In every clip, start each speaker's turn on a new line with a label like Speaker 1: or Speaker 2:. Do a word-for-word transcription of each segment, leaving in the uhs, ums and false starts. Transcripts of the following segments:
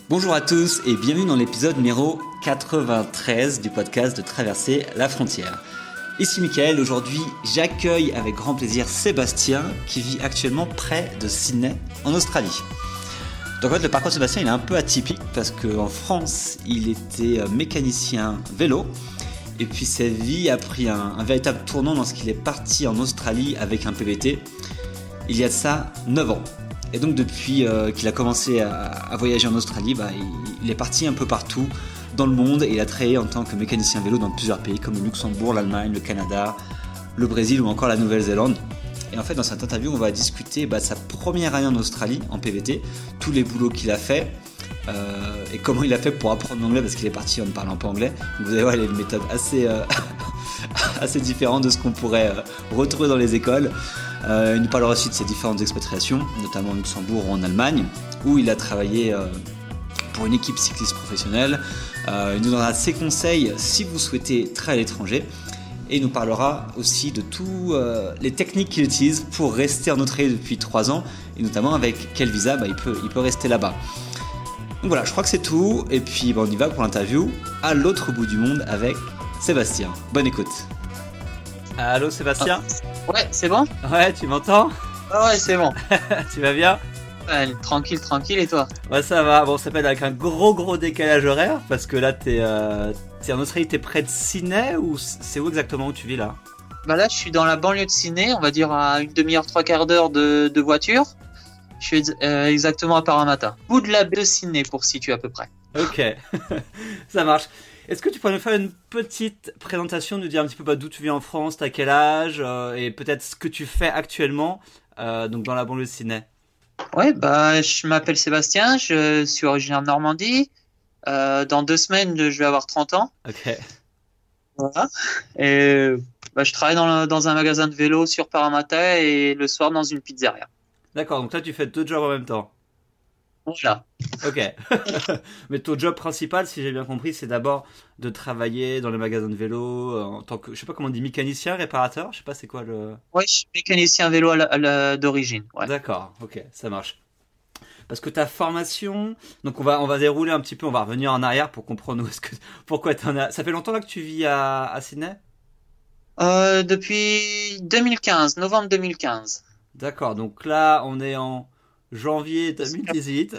Speaker 1: Bonjour à tous et bienvenue dans l'épisode numéro quatre-vingt-treize du podcast de Traverser la frontière. Ici Mickaël, aujourd'hui j'accueille avec grand plaisir Sébastien qui vit actuellement près de Sydney en Australie. Donc en fait le parcours de Sébastien il est un peu atypique parce qu'en France il était mécanicien vélo et puis sa vie a pris un, un véritable tournant lorsqu'il est parti en Australie avec un P V T il y a de ça neuf ans. Et donc depuis euh, qu'il a commencé à, à voyager en Australie, bah, il, il est parti un peu partout dans le monde et il a travaillé en tant que mécanicien vélo dans plusieurs pays comme le Luxembourg, l'Allemagne, le Canada, le Brésil ou encore la Nouvelle-Zélande. Et en fait dans cette interview on va discuter bah, de sa première année en Australie en P V T, tous les boulots qu'il a fait euh, et comment il a fait pour apprendre l'anglais parce qu'il est parti en ne parlant pas anglais. Donc vous allez voir il a une méthode assez, euh, assez différente de ce qu'on pourrait euh, retrouver dans les écoles. Euh, il nous parlera aussi de ses différentes expatriations, notamment au Luxembourg ou en Allemagne, où il a travaillé euh, pour une équipe cycliste professionnelle. Euh, il nous donnera ses conseils si vous souhaitez travailler à l'étranger. Et il nous parlera aussi de toutes euh, les techniques qu'il utilise pour rester en Australie depuis trois ans, et notamment avec quel visa bah, il, peut, il peut rester là-bas. Donc voilà, je crois que c'est tout. Et puis bah, on y va pour l'interview à l'autre bout du monde avec Sébastien. Bonne écoute. Allô Sébastien ?
Speaker 2: Ah, ouais, c'est bon ?
Speaker 1: Ouais, tu m'entends ?
Speaker 2: Ah ouais, c'est bon.
Speaker 1: Tu vas bien ?
Speaker 2: Ouais, tranquille, tranquille, et toi ?
Speaker 1: Ouais, ça va. Bon, ça s'appelle avec un gros gros décalage horaire parce que là, t'es, euh, t'es en Australie, t'es près de Sydney ou c'est où exactement où tu vis là ?
Speaker 2: Bah là, je suis dans la banlieue de Sydney, on va dire à une demi-heure, trois quarts d'heure de, de voiture. Je suis euh, exactement à Parramatta. Bout de la baie de Sydney pour situer à peu près.
Speaker 1: Ok, ça marche. Est-ce que tu pourrais nous faire une petite présentation, nous dire un petit peu bah, d'où tu vis en France, t'as quel âge euh, et peut-être ce que tu fais actuellement euh, donc dans la banlieue de Sydney ?
Speaker 2: Ouais, bah je m'appelle Sébastien, je suis originaire de Normandie. Euh, dans deux semaines, je vais avoir trente ans.
Speaker 1: Ok.
Speaker 2: Voilà. Et bah, je travaille dans, dans un magasin de vélo sur Parramatta et le soir dans une pizzeria.
Speaker 1: D'accord, donc là tu fais deux jobs en même temps.
Speaker 2: Voilà.
Speaker 1: Ok. Mais ton job principal, si j'ai bien compris, c'est d'abord de travailler dans les magasins de vélo euh, en tant que, je sais pas comment on dit, mécanicien, réparateur, je sais pas c'est quoi le...
Speaker 2: Ouais, je suis mécanicien vélo à la, à la, d'origine. Ouais.
Speaker 1: D'accord, ok, ça marche. Parce que ta formation, donc on va on va dérouler un petit peu, on va revenir en arrière pour comprendre où est-ce que, pourquoi t'en as. Ça fait longtemps là que tu vis à, à Sydney ?
Speaker 2: Euh, depuis deux mille quinze, novembre deux mille quinze.
Speaker 1: D'accord, donc là on est en janvier deux mille dix-huit.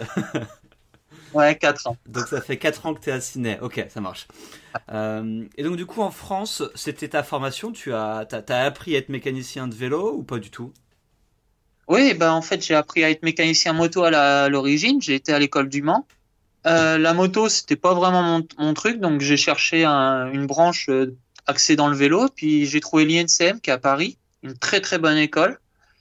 Speaker 2: Ouais, quatre ans.
Speaker 1: Donc ça fait quatre ans que tu es à Sydney. Ok, ça marche. Euh, et donc du coup en France, c'était ta formation, tu as t'as, t'as appris à être mécanicien de vélo ou pas du tout ?
Speaker 2: Oui, bah en fait j'ai appris à être mécanicien moto à, la, à l'origine. J'ai été à l'école du Mans. Euh, la moto c'était pas vraiment mon, mon truc, donc j'ai cherché un, une branche euh, axée dans le vélo. Puis j'ai trouvé l'I N C M qui est à Paris, une très très bonne école.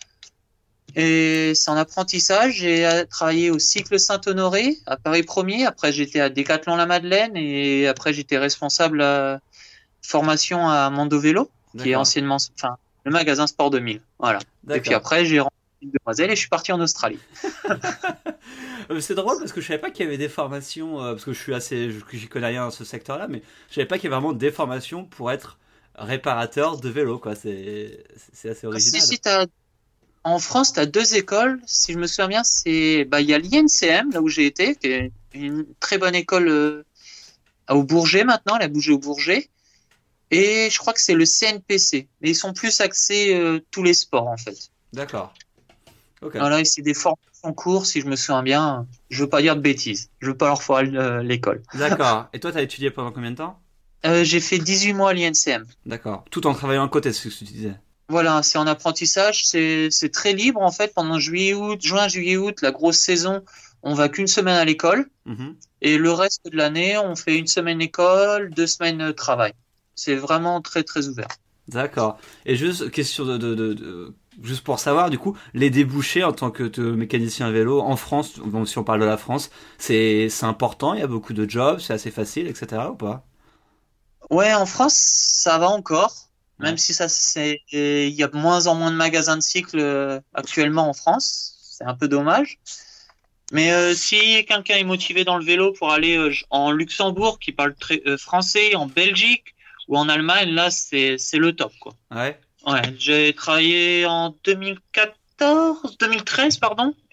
Speaker 2: Et c'est en apprentissage. J'ai travaillé au Cycle Saint-Honoré à Paris premier. Après j'étais à Décathlon La Madeleine et après j'étais responsable à formation à Mondo Vélo,
Speaker 1: D'accord.
Speaker 2: qui est anciennement, enfin le magasin Sport deux mille. Voilà.
Speaker 1: D'accord.
Speaker 2: Et puis après j'ai rencontré une demoiselle et je suis parti en Australie.
Speaker 1: C'est drôle parce que je savais pas qu'il y avait des formations, euh, parce que je suis assez, je, j'y connais rien dans ce secteur-là, mais je savais pas qu'il y avait vraiment des formations pour être réparateur de vélo, quoi. C'est, c'est assez original.
Speaker 2: Si, si, t'as... En France, tu as deux écoles. Si je me souviens bien, c'est bah il y a l'I N C M là où j'ai été, qui est une très bonne école euh, au Bourget maintenant, elle a bougé au Bourget. Et je crois que c'est le C N P C. Mais ils sont plus axés euh, tous les sports en fait.
Speaker 1: D'accord. Ok.
Speaker 2: Voilà, et c'est des formations courtes, si je me souviens bien. Je veux pas dire de bêtises. Je veux pas leur faire euh, l'école.
Speaker 1: D'accord. Et toi, tu as étudié pendant combien de temps ?
Speaker 2: euh, J'ai fait dix-huit mois à l'I N C M.
Speaker 1: D'accord. Tout en travaillant à côté, c'est ce que tu disais.
Speaker 2: Voilà, c'est en apprentissage, c'est, c'est très libre en fait. Pendant juillet, août, juin, juillet, août, la grosse saison, on va qu'une semaine à l'école.
Speaker 1: Mmh.
Speaker 2: Et le reste de l'année, on fait une semaine école, deux semaines travail. C'est vraiment très très ouvert.
Speaker 1: D'accord. Et juste question de, de, de, de juste pour savoir du coup, les débouchés en tant que te, mécanicien vélo en France, donc si on parle de la France, c'est c'est important. Il y a beaucoup de jobs, c'est assez facile, et cetera ou pas ?
Speaker 2: Ouais, en France, ça va encore. Même
Speaker 1: Ouais.
Speaker 2: si ça, c'est, il y a de moins en moins de magasins de cycle euh, actuellement en France, c'est un peu dommage. Mais euh, si quelqu'un est motivé dans le vélo pour aller euh, en Luxembourg, qui parle très, euh, français, en Belgique ou en Allemagne, là c'est c'est le top quoi.
Speaker 1: Ouais.
Speaker 2: Ouais, j'ai travaillé en deux mille quatorze, deux mille treize pardon,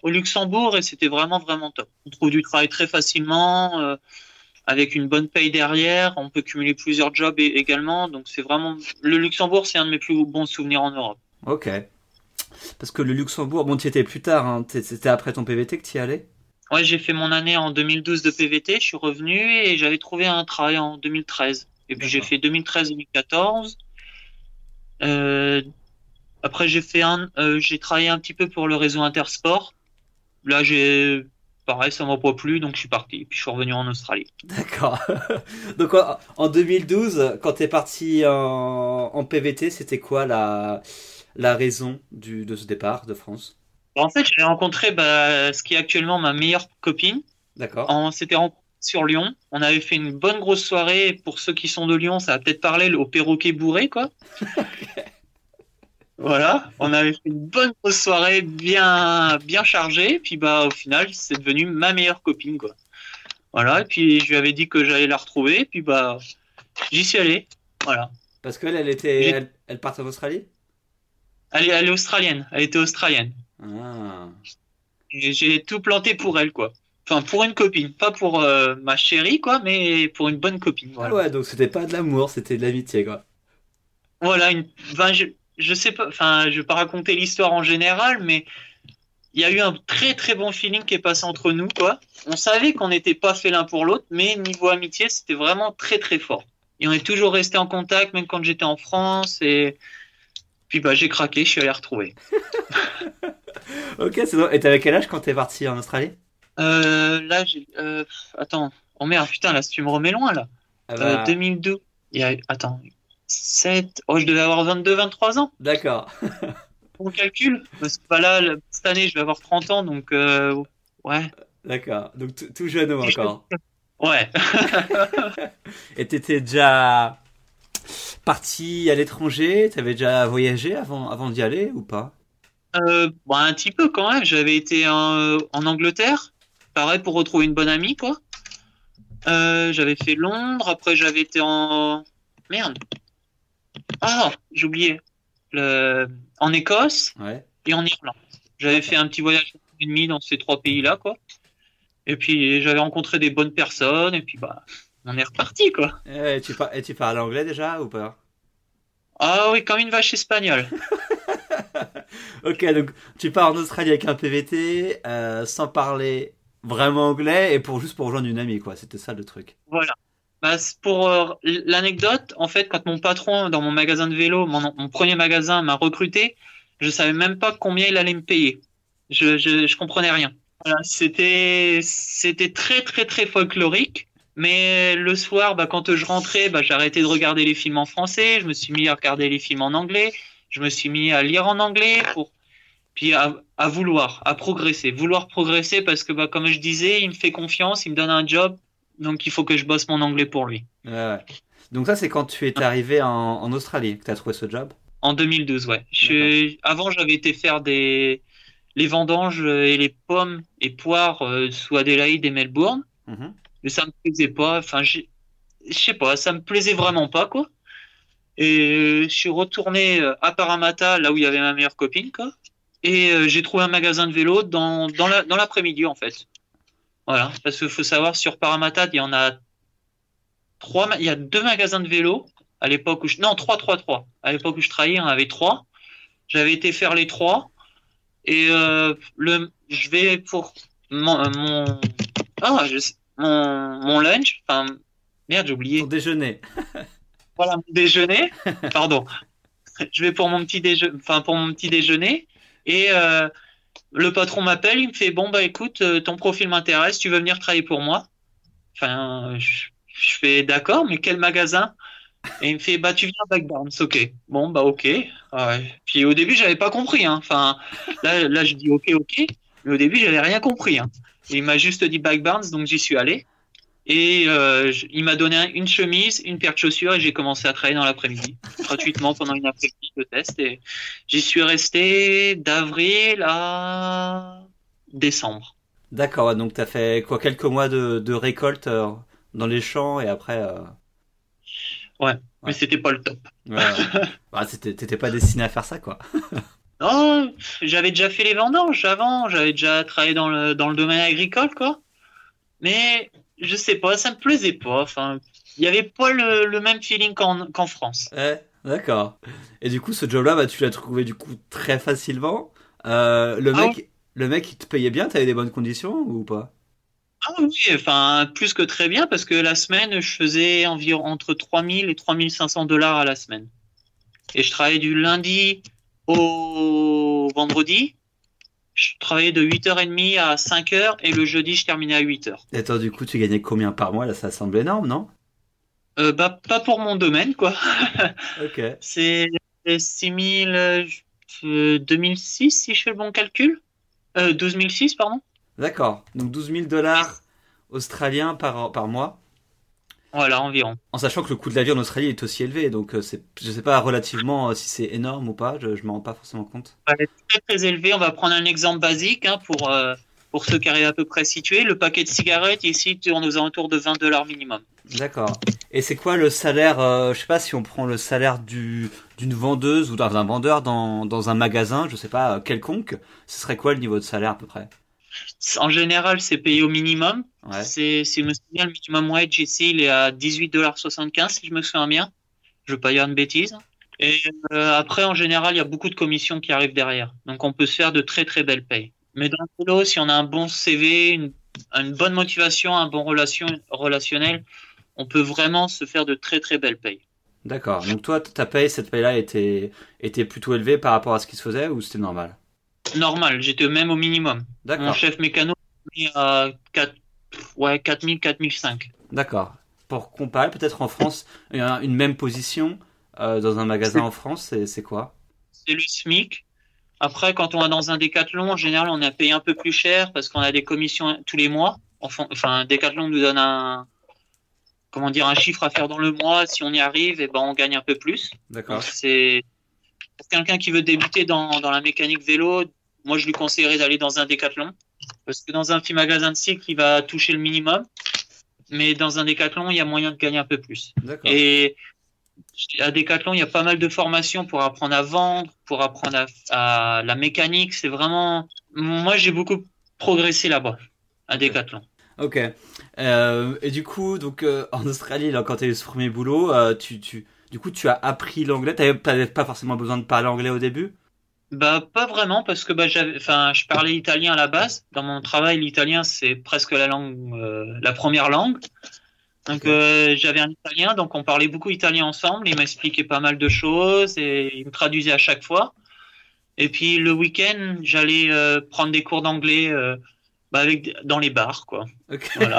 Speaker 2: au Luxembourg et c'était vraiment, vraiment top. On trouve du travail très facilement, euh, avec une bonne paye derrière. On peut cumuler plusieurs jobs et, également. Donc, c'est vraiment, le Luxembourg, c'est un de mes plus bons souvenirs en Europe.
Speaker 1: Ok. Parce que le Luxembourg, bon, tu y étais plus tard, hein. C'était après ton P V T que tu y allais?
Speaker 2: Ouais, j'ai fait mon année en deux mille douze de P V T. Je suis revenu et j'avais trouvé un travail en deux mille treize. Et puis, j'ai fait deux mille treize deux mille quatorze. Euh, après, j'ai fait un, euh, j'ai travaillé un petit peu pour le réseau Intersport. Là, j'ai, pareil, ça m'a pas plu, donc je suis parti. Puis je suis revenu en Australie.
Speaker 1: D'accord. Donc en, en deux mille douze, quand t'es parti en, en P V T, c'était quoi la, la raison du, de ce départ de France?
Speaker 2: En fait, j'ai rencontré bah, ce qui est actuellement ma meilleure copine.
Speaker 1: D'accord.
Speaker 2: On s'était rencontrés sur Lyon. On avait fait une bonne grosse soirée. Pour ceux qui sont de Lyon, ça va peut-être parler au perroquet bourré, quoi. Voilà, on avait fait une bonne grosse soirée, bien, bien chargée. Puis bah, au final, c'est devenu ma meilleure copine, quoi. Voilà, et puis je lui avais dit que j'allais la retrouver. Puis bah, j'y suis allé. Voilà.
Speaker 1: Parce qu'elle, elle était,
Speaker 2: J'ai-
Speaker 1: elle, elle part en Australie?
Speaker 2: Elle est, elle est australienne. Elle était australienne.
Speaker 1: Ah.
Speaker 2: Et j'ai tout planté pour elle, quoi. Enfin, pour une copine, pas pour euh, ma chérie, quoi, mais pour une bonne copine.
Speaker 1: Ah
Speaker 2: Voilà.
Speaker 1: ouais, donc c'était pas de l'amour, c'était de l'amitié, quoi.
Speaker 2: Voilà, une, ben, je, je sais pas, enfin, je vais pas raconter l'histoire en général, mais il y a eu un très très bon feeling qui est passé entre nous, quoi. On savait qu'on n'était pas fait l'un pour l'autre, mais niveau amitié, c'était vraiment très très fort. Et on est toujours resté en contact, même quand j'étais en France, et puis bah j'ai craqué, je suis allé la retrouver.
Speaker 1: Ok, c'est bon. Et t'avais quel âge quand t'es parti en Australie?
Speaker 2: Euh, là, j'ai, euh, attends, oh merde, putain, là, tu me remets loin, là.
Speaker 1: Ah
Speaker 2: Euh,
Speaker 1: bah,
Speaker 2: deux mille deux, il y a, attends, sept, oh, je devais avoir vingt-deux, vingt-trois ans.
Speaker 1: d'accord.
Speaker 2: On calcule, parce que bah, là, le- cette année, je vais avoir trente ans, donc euh, ouais.
Speaker 1: D'accord. Donc tout tout jeune encore.
Speaker 2: Ouais.
Speaker 1: Et t'étais déjà parti à l'étranger? T'avais déjà voyagé avant, avant d'y aller ou pas?
Speaker 2: Euh, bon, un petit peu quand même. J'avais été en, en Angleterre, pareil pour retrouver une bonne amie, quoi. Euh, j'avais fait Londres, après j'avais été en... Merde. Ah, j'ai oublié. Le... En Écosse
Speaker 1: Ouais.
Speaker 2: et en Irlande. J'avais fait un petit voyage et demi dans ces trois pays-là, quoi. Et puis j'avais rencontré des bonnes personnes, et puis bah, on est reparti, quoi.
Speaker 1: Et tu, par- et tu parles anglais déjà ou pas?
Speaker 2: Ah oui, comme une vache espagnole.
Speaker 1: Ok, donc tu pars en Australie avec un P V T, euh, sans parler vraiment anglais et pour juste pour rejoindre une amie, quoi. C'était ça le truc.
Speaker 2: Voilà. Bah, c'est pour euh, l'anecdote, en fait, quand mon patron dans mon magasin de vélo, mon, mon premier magasin, m'a recruté, je savais même pas combien il allait me payer. Je, je, je comprenais rien. Voilà, c'était, c'était très, très, très folklorique. Mais le soir, bah, quand je rentrais, bah, j'ai arrêté de regarder les films en français. Je me suis mis à regarder les films en anglais. Je me suis mis à lire en anglais pour, puis à, à vouloir, à progresser. Vouloir progresser parce que, bah, comme je disais, il me fait confiance, il me donne un job. Donc, il faut que je bosse mon anglais pour lui.
Speaker 1: Ouais, ouais. Donc ça, c'est quand tu es arrivé en, en Australie que tu as trouvé ce job?
Speaker 2: En deux mille douze, ouais. Je
Speaker 1: D'accord.
Speaker 2: suis- Avant, j'avais été faire des les vendanges et les pommes et poires euh, sous Adélaïde et Melbourne,
Speaker 1: Mhm.
Speaker 2: mais ça me plaisait pas. Enfin, j'ai- je sais pas, ça me plaisait vraiment pas, quoi. Et je suis retourné euh, à Parramatta, là où il y avait ma meilleure copine, quoi. Et euh, j'ai trouvé un magasin de vélo dans dans la, dans l'après-midi, en fait. Voilà, parce qu'il faut savoir sur Parramatta, il y en a trois, ma- il y a deux magasins de vélo à l'époque où je, non, trois, trois, trois. À l'époque où je travaillais, il y en avait trois. J'avais été faire les trois et euh, le, je vais pour mon, euh, mon, ah, je sais- mon, mon lunch, enfin, merde, j'ai
Speaker 1: Ton
Speaker 2: oublié.
Speaker 1: déjeuner.
Speaker 2: Voilà, mon déjeuner. Pardon. Je vais pour mon petit déjeuner, enfin, pour mon petit déjeuner et euh, le patron m'appelle, il me fait, bon, bah, écoute, euh, ton profil m'intéresse, tu veux venir travailler pour moi? Enfin, je, je fais d'accord, mais quel magasin? Et il me fait, bah, tu viens à Back Barnes, ok. Bon, bah, ok. Ouais. Puis au début, j'avais pas compris, hein. Enfin, là, là, je dis ok, ok. Mais au début, j'avais rien compris, hein. Et il m'a juste dit Back Barnes, donc j'y suis allé. Et euh, je- il m'a donné un- une chemise, une paire de chaussures et j'ai commencé à travailler dans l'après-midi, gratuitement pendant une après-midi de test. Et j'y suis resté d'avril à décembre.
Speaker 1: D'accord, ouais, donc tu as fait quoi, quelques mois de, de récolte euh, dans les champs et après... euh,
Speaker 2: Ouais, mais
Speaker 1: Ouais,
Speaker 2: c'était pas le top.
Speaker 1: ouais, ouais. Bah, c'était- t'étais pas destiné à faire ça, quoi.
Speaker 2: Oh, j'avais déjà fait les vendanges avant, j'avais déjà travaillé dans le, dans le domaine agricole, quoi. Mais je sais pas, ça me plaisait pas. Enfin, il y avait pas le, le même feeling qu'en qu'en France.
Speaker 1: Ouais, d'accord. Et du coup, ce job-là, bah, tu l'as trouvé du coup très facilement. Euh, le
Speaker 2: Ah oui,
Speaker 1: mec, le mec, il te payait bien, t'avais des bonnes conditions ou pas?
Speaker 2: ah oui, enfin, plus que très bien, parce que la semaine, je faisais environ entre trois mille et trois mille cinq cents dollars à la semaine. Et je travaillais du lundi au vendredi. Je travaillais de huit heures trente à cinq heures et le jeudi, je terminais à huit heures.
Speaker 1: Et attends, du coup, tu gagnais combien par mois? Là, ça semble énorme, non?
Speaker 2: Euh, bah, pas pour mon domaine, quoi.
Speaker 1: Ok.
Speaker 2: C'est six mille, euh, deux mille six, si je fais le bon calcul. Euh, douze mille six, pardon.
Speaker 1: D'accord. Donc douze mille dollars australiens par, par mois.
Speaker 2: Voilà, environ.
Speaker 1: En sachant que le coût de la vie en Australie est aussi élevé. Donc, euh, c'est, je sais pas relativement euh, si c'est énorme ou pas. Je, je m'en rends pas forcément compte.
Speaker 2: Ouais, très, très élevé. On va prendre un exemple basique hein, pour, euh, pour ceux qui arrivent à peu près situés. Le paquet de cigarettes ici tourne aux alentours de vingt dollars minimum.
Speaker 1: D'accord. Et c'est quoi le salaire, euh, je sais pas si on prend le salaire du, d'une vendeuse ou d'un vendeur dans, dans un magasin, je sais pas, euh, quelconque, ce serait quoi le niveau de salaire à peu près?
Speaker 2: En général, c'est payé au minimum.
Speaker 1: Ouais.
Speaker 2: C'est, si je me souviens, le minimum wage ici, il est à dix-huit dollars soixante-quinze, si je me souviens bien. Je veux pas dire une bêtise. Et euh, après, en général, il y a beaucoup de commissions qui arrivent derrière. Donc, on peut se faire de très, très belles payes. Mais dans le boulot, si on a un bon C V, une, une bonne motivation, un bon relation, relationnel, on peut vraiment se faire de très, très belles payes.
Speaker 1: D'accord. Donc toi, ta paye, cette paye-là était, était plutôt élevée par rapport à ce qui se faisait ou c'était normal?
Speaker 2: Normal, j'étais même au minimum. Mon
Speaker 1: D'accord.
Speaker 2: chef mécano m'a mis à quatre, ouais, quatre mille, quatre mille cinq.
Speaker 1: D'accord. Pour comparer, peut-être en France, une une même position euh, dans un magasin en France, c'est, c'est quoi?
Speaker 2: C'est le SMIC. Après, quand on va dans un Décathlon, en général, on a payé un peu plus cher parce qu'on a des commissions tous les mois. Enfin, enfin, Décathlon nous donne un, comment dire, un chiffre à faire dans le mois. Si on y arrive, et ben, on gagne un peu plus. Donc,
Speaker 1: D'accord.
Speaker 2: c'est, pour quelqu'un qui veut débuter dans, dans la mécanique vélo, moi, je lui conseillerais d'aller dans un Décathlon. Parce que dans un petit magasin de cycle, il va toucher le minimum. Mais dans un Décathlon, il y a moyen de gagner un peu plus.
Speaker 1: D'accord.
Speaker 2: Et à Decathlon, il y a pas mal de formations pour apprendre à vendre, pour apprendre à, à la mécanique. C'est vraiment, moi, j'ai beaucoup progressé là-bas, à
Speaker 1: Ok.
Speaker 2: Decathlon.
Speaker 1: Ok. Euh, et du coup, donc euh, en Australie, là, quand tu as eu ce premier boulot, euh, tu, tu, du coup, tu as appris l'anglais. Tu n'avais pas forcément besoin de parler anglais au début?
Speaker 2: Bah, pas vraiment, parce que bah, j'avais, enfin, je parlais italien à la base. Dans mon travail, l'italien, c'est presque la langue, euh, la première langue. Donc,
Speaker 1: Ok.
Speaker 2: euh, j'avais un italien, donc on parlait beaucoup italien ensemble. Il m'expliquait pas mal de choses et il me traduisait à chaque fois. Et puis le week-end, j'allais euh, prendre des cours d'anglais euh, bah, avec dans les bars, quoi.
Speaker 1: Ok.
Speaker 2: Voilà.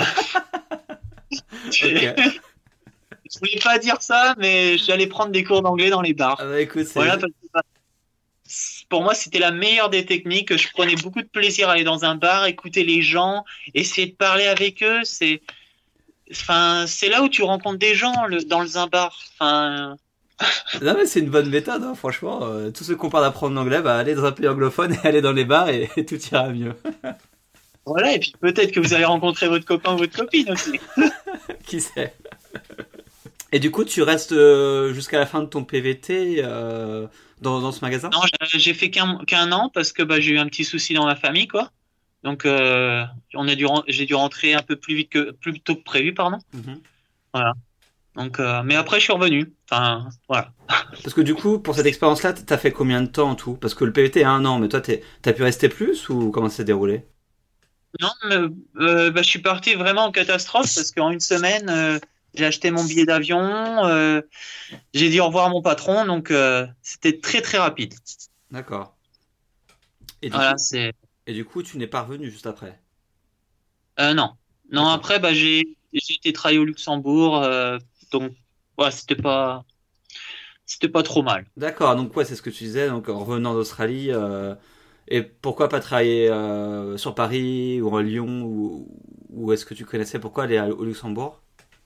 Speaker 1: Ok.
Speaker 2: Je voulais pas dire ça, mais j'allais prendre des cours d'anglais dans les
Speaker 1: Ah
Speaker 2: bars.
Speaker 1: bah écoute,
Speaker 2: Voilà,
Speaker 1: c'est...
Speaker 2: parce que bah, pour moi, c'était la meilleure des techniques. Je prenais beaucoup de plaisir à aller dans un bar, écouter les gens, essayer de parler avec eux. C'est, enfin, c'est là où tu rencontres des gens le, dans un bar. Enfin,
Speaker 1: Non mais c'est une bonne méthode, hein, franchement. Euh, tous ceux qui ont peur d'apprendre l'anglais, bah allez dans un pays anglophone et allez dans les bars et, et tout ira mieux.
Speaker 2: voilà. Et puis peut-être que vous allez rencontrer votre copain ou votre copine aussi.
Speaker 1: Qui sait? Et du coup, tu restes euh, jusqu'à la fin de ton P V T euh, dans, dans ce magasin?
Speaker 2: Non, j'ai j'ai fait qu'un qu'un an parce que bah, j'ai eu un petit souci dans ma famille, quoi. Donc, euh, on a dû, ren- j'ai dû rentrer un peu plus vite que, plus tôt que prévu, pardon.
Speaker 1: Mhm.
Speaker 2: Voilà. Donc, euh, mais après, je suis revenu. Enfin, voilà.
Speaker 1: Parce que du coup, pour cette expérience-là, t'as fait combien de temps en tout? Parce que le P V T est un an, mais toi, t'es- t'as pu rester plus ou comment ça s'est déroulé?
Speaker 2: Non, mais, euh, bah, je suis parti vraiment en catastrophe parce qu'en une semaine, euh, j'ai acheté mon billet d'avion, euh, j'ai dit au revoir à mon patron, donc euh, c'était très très rapide.
Speaker 1: D'accord. Et du
Speaker 2: Voilà,
Speaker 1: coup,
Speaker 2: c'est.
Speaker 1: et du coup, tu n'es pas revenu juste après.
Speaker 2: Euh, non, non.
Speaker 1: D'accord.
Speaker 2: Après, bah, j'ai j'ai été travailler au Luxembourg, euh, donc ouais, c'était pas c'était pas trop mal.
Speaker 1: D'accord, donc ouais, c'est ce que tu disais, donc en revenant d'Australie, euh, et pourquoi pas travailler euh, sur Paris ou à Lyon, ou, ou est-ce que tu connaissais pourquoi aller à- au Luxembourg?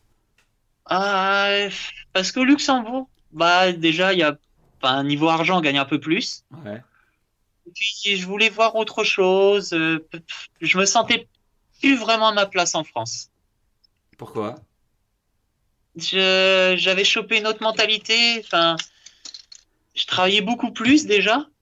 Speaker 2: Ah, parce qu'au Luxembourg, bah déjà, il y a, enfin, niveau argent, on gagne un peu plus.
Speaker 1: Ouais.
Speaker 2: Et puis, je voulais voir autre chose. euh, Je me sentais plus vraiment à ma place en France.
Speaker 1: Pourquoi?
Speaker 2: Je, j'avais chopé une autre mentalité. Enfin, je travaillais beaucoup plus déjà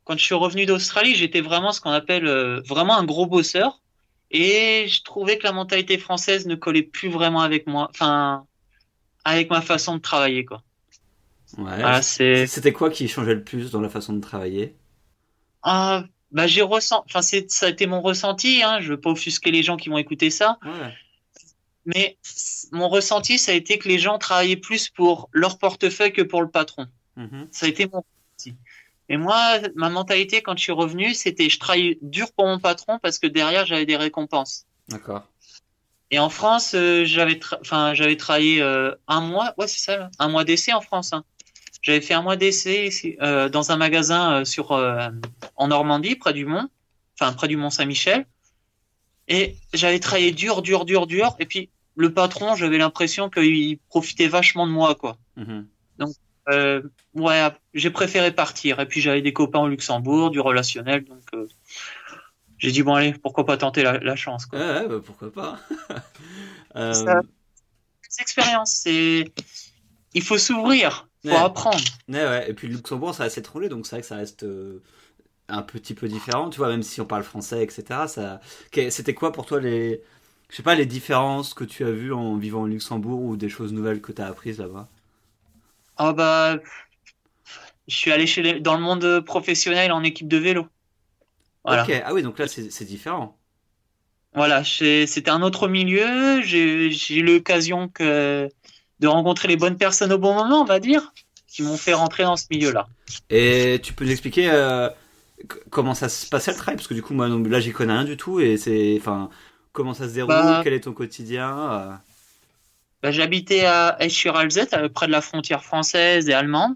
Speaker 2: quand je suis revenu d'Australie, j'étais vraiment ce qu'on appelle euh, vraiment un gros bosseur. Et je trouvais que la mentalité française ne collait plus vraiment avec moi, enfin, avec ma façon de travailler, quoi.
Speaker 1: Ouais.
Speaker 2: Voilà, c'est,
Speaker 1: C'était quoi qui changeait le plus dans la façon de travailler?
Speaker 2: ah, bah, j'ai ressenti, enfin, c'est, ça a été mon ressenti, hein. Je veux pas offusquer les gens qui vont écouter ça.
Speaker 1: Ouais.
Speaker 2: Mais mon ressenti, ça a été que les gens travaillaient plus pour leur portefeuille que pour le patron.
Speaker 1: Mhm.
Speaker 2: Ça a été mon ressenti. Et moi, ma mentalité, quand je suis revenu, c'était je travaillais dur pour mon patron parce que derrière, j'avais des récompenses.
Speaker 1: D'accord.
Speaker 2: Et en France, euh, j'avais, tra- enfin, j'avais travaillé euh, un mois, ouais, c'est ça, là, un mois d'essai en France. Hein. J'avais fait un mois d'essai ici, euh, dans un magasin euh, sur euh, en Normandie, près du Mont, enfin près du Mont Saint-Michel. Et j'avais travaillé dur, dur, dur, dur. Et puis le patron, j'avais l'impression qu'il profitait vachement de moi, quoi.
Speaker 1: Mhm.
Speaker 2: Donc, euh, ouais, j'ai préféré partir. Et puis j'avais des copains au Luxembourg, du relationnel. Donc, euh, j'ai dit bon allez, pourquoi pas tenter la, la chance, quoi.
Speaker 1: Ouais, ouais, bah, pourquoi pas. euh...
Speaker 2: Ça, ces expériences, c'est, il faut s'ouvrir, faut
Speaker 1: Ouais.
Speaker 2: apprendre.
Speaker 1: Ouais, ouais. Et puis le Luxembourg, ça reste étranger, donc c'est vrai que ça reste euh, un petit peu différent, tu vois, même si on parle français, et cetera. Ça... Que- C'était quoi pour toi les, je sais pas, les différences que tu as vues en vivant au Luxembourg ou des choses nouvelles que tu as apprises là-bas?
Speaker 2: Ah bah, je suis allé chez les, dans le monde professionnel en équipe de vélo.
Speaker 1: Ok,
Speaker 2: Voilà.
Speaker 1: ah oui, donc là c'est c'est différent.
Speaker 2: Voilà, j'ai- c'était un autre milieu. J'ai j'ai eu l'occasion que de rencontrer les bonnes personnes au bon moment, on va dire, qui m'ont fait rentrer dans ce milieu-là.
Speaker 1: Et tu peux nous expliquer euh, c- comment ça se passait le travail? Parce que du coup, moi non, là j'y connais rien du tout et c'est, enfin, comment ça se déroule?
Speaker 2: Bah,
Speaker 1: Quel est ton quotidien? euh
Speaker 2: bah, j'habitais à Esch-sur-Alzette, euh, près de la frontière française et allemande.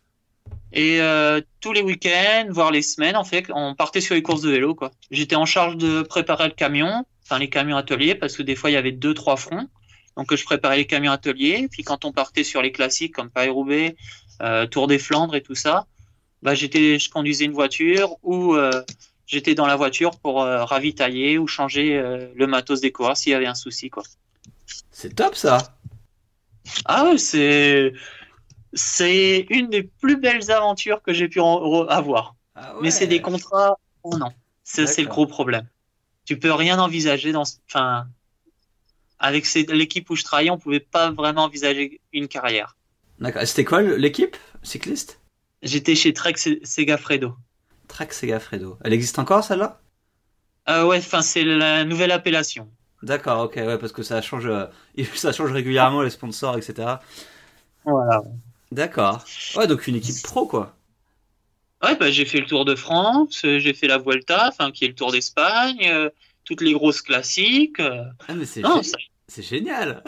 Speaker 2: Et euh, tous les week-ends, voire les semaines, en fait, on partait sur les courses de vélo, quoi. J'étais en charge de préparer le camion, enfin les camions ateliers, parce que des fois il y avait deux, trois fronts. Donc je préparais les camions ateliers. Puis quand on partait sur les classiques comme Paris-Roubaix, euh, Tour des Flandres et tout ça, bah j'étais, je conduisais une voiture ou euh, j'étais dans la voiture pour euh, ravitailler ou changer euh, le matos des coureurs s'il y avait un souci, quoi.
Speaker 1: C'est top ça!
Speaker 2: Ah ouais, c'est c'est une des plus belles aventures que j'ai pu en- re- avoir.
Speaker 1: Ah
Speaker 2: Mais c'est des
Speaker 1: ouais,
Speaker 2: contrats un an. C'est c'est le
Speaker 1: d'accord.
Speaker 2: gros problème. Tu peux rien envisager dans, ce- enfin, avec ces- l'équipe où je travaillais, on pouvait pas vraiment envisager une carrière.
Speaker 1: D'accord. Et c'était quoi le- l'équipe cycliste?
Speaker 2: J'étais chez Trek Se- Segafredo.
Speaker 1: Trek Segafredo. Elle existe encore celle-là?
Speaker 2: Euh, ouais, enfin, c'est la nouvelle appellation.
Speaker 1: D'accord, ok, ouais, parce que ça change, euh, ça change régulièrement les sponsors, et cetera.
Speaker 2: Voilà.
Speaker 1: D'accord. Ouais, donc une équipe pro quoi.
Speaker 2: Ouais, bah, j'ai fait le Tour de France, euh, j'ai fait la Vuelta, enfin, qui est le Tour d'Espagne, euh, toutes les grosses classiques. euh.
Speaker 1: Ah mais c'est
Speaker 2: Non,
Speaker 1: gé-
Speaker 2: ça,
Speaker 1: c'est génial.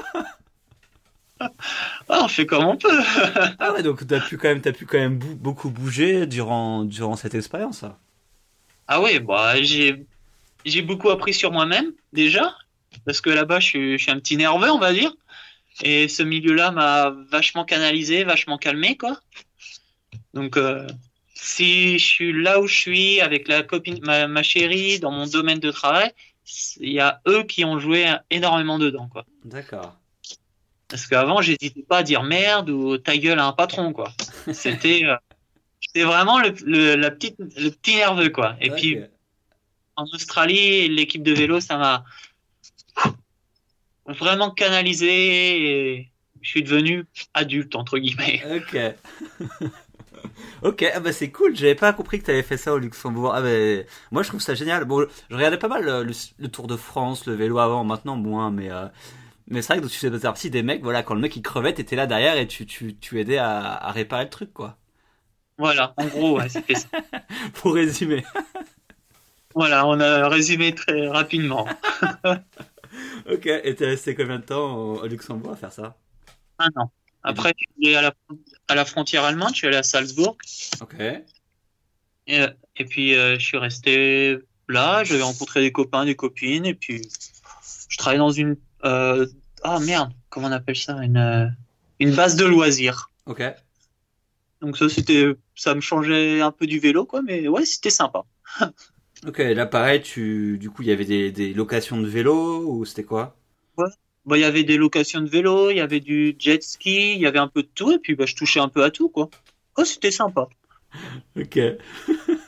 Speaker 2: ah, on fait comme on peut.
Speaker 1: Ah ouais, donc t'as pu quand même, t'as pu quand même bou- beaucoup bouger durant, durant cette expérience, là.
Speaker 2: Ah ouais, bah, j'ai, j'ai beaucoup appris sur moi-même, déjà, parce que là-bas, je suis, je suis un petit nerveux, on va dire. Et ce milieu-là m'a vachement canalisé, vachement calmé, quoi. Donc, euh, si je suis là où je suis, avec la copine, ma, ma chérie, dans mon domaine de travail, il y a eux qui ont joué énormément dedans, quoi.
Speaker 1: D'accord.
Speaker 2: Parce qu'avant, j'hésitais pas à dire merde ou ta gueule à un patron, quoi. C'était, euh, c'était vraiment le, le, la petite, le petit nerveux, quoi. Et puis,
Speaker 1: Ok.
Speaker 2: en Australie, l'équipe de vélo, ça m'a vraiment canalisé et je suis devenu adulte, entre guillemets.
Speaker 1: Ok. Ok, ah bah c'est cool, j'avais pas compris que t'avais fait ça au Luxembourg. Ah bah, moi je trouve ça génial. Bon, je regardais pas mal le, le- le Tour de France, le vélo avant, maintenant moins, mais euh, mais c'est vrai que tu faisais partie des mecs, voilà, quand le mec il crevait, t'étais là derrière et tu, tu, tu aidais à, à réparer le truc, quoi.
Speaker 2: Voilà, en gros, ouais, c'était ça.
Speaker 1: Pour résumer.
Speaker 2: Voilà, on a résumé très rapidement.
Speaker 1: Ok, et t'es resté combien de temps au, au Luxembourg à faire ça?
Speaker 2: Un an.
Speaker 1: Et du...
Speaker 2: Après, je suis allé à la, à la frontière allemande, je suis allé à Salzbourg.
Speaker 1: Ok.
Speaker 2: Et, euh, et puis, euh, je suis resté là, j'avais rencontré des copains, des copines, et puis je travaillais dans une... Euh, ah merde, comment on appelle ça? Une, euh, une base de loisirs.
Speaker 1: Ok.
Speaker 2: Donc ça, c'était, ça me changeait un peu du vélo, quoi, mais ouais, c'était sympa.
Speaker 1: Ok, là pareil, tu, du coup, il y avait des, des locations de vélos ou c'était quoi?
Speaker 2: Ouais. Bah, il y avait des locations de vélo, il y avait du jet ski, il y avait un peu de tout, et puis bah, je touchais un peu à tout, quoi. Oh, c'était sympa.
Speaker 1: Ok.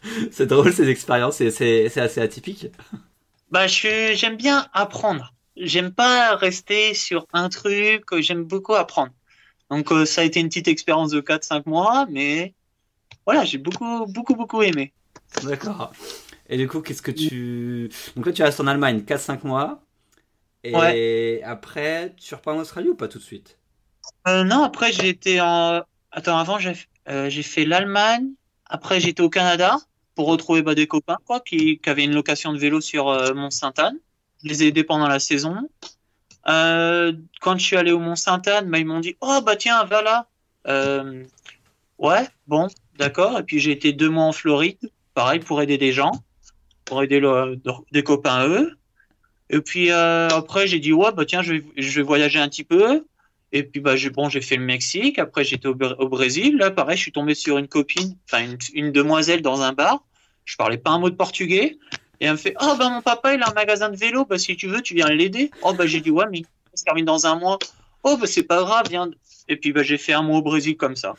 Speaker 1: C'est drôle ces expériences, et c'est, c'est assez atypique.
Speaker 2: Bah, je, j'aime bien apprendre. J'aime pas rester sur un truc, j'aime beaucoup apprendre. Donc, euh, ça a été une petite expérience de quatre cinq mois, mais voilà, j'ai beaucoup, beaucoup, beaucoup aimé.
Speaker 1: D'accord. Et du coup, qu'est-ce que tu... Donc là, tu restes en Allemagne quatre cinq mois. Et
Speaker 2: Ouais.
Speaker 1: après, tu repars en Australie ou pas tout de suite?
Speaker 2: Euh, non, après, j'ai été en... Attends, avant, j'ai euh, j'ai fait l'Allemagne. Après, j'étais au Canada pour retrouver bah, des copains, quoi, qui, qui avaient une location de vélo sur euh, Mont-Sainte-Anne. Je les ai aidés pendant la saison. Euh, quand je suis allé au Mont-Sainte-Anne, bah, ils m'ont dit, oh, bah tiens, va là. Euh, ouais, bon, d'accord. Et puis, j'ai été deux mois en Floride, pareil, pour aider des gens, pour aider le- des copains à eux. Et puis euh, après, j'ai dit, ouais, bah tiens, je vais, je vais voyager un petit peu. Et puis, bah, j'ai, bon, j'ai fait le Mexique. Après, j'étais au, Br- au Brésil. Là, pareil, je suis tombé sur une copine, enfin, une, une demoiselle dans un bar. Je parlais pas un mot de portugais. Et elle me fait, oh, bah, mon papa, il a un magasin de vélo. Bah, si tu veux, tu viens l'aider. Oh, bah, j'ai dit, ouais, mais il se termine dans un mois. Oh, bah, c'est pas grave, viens. Et puis, bah, j'ai fait un mois au Brésil comme ça.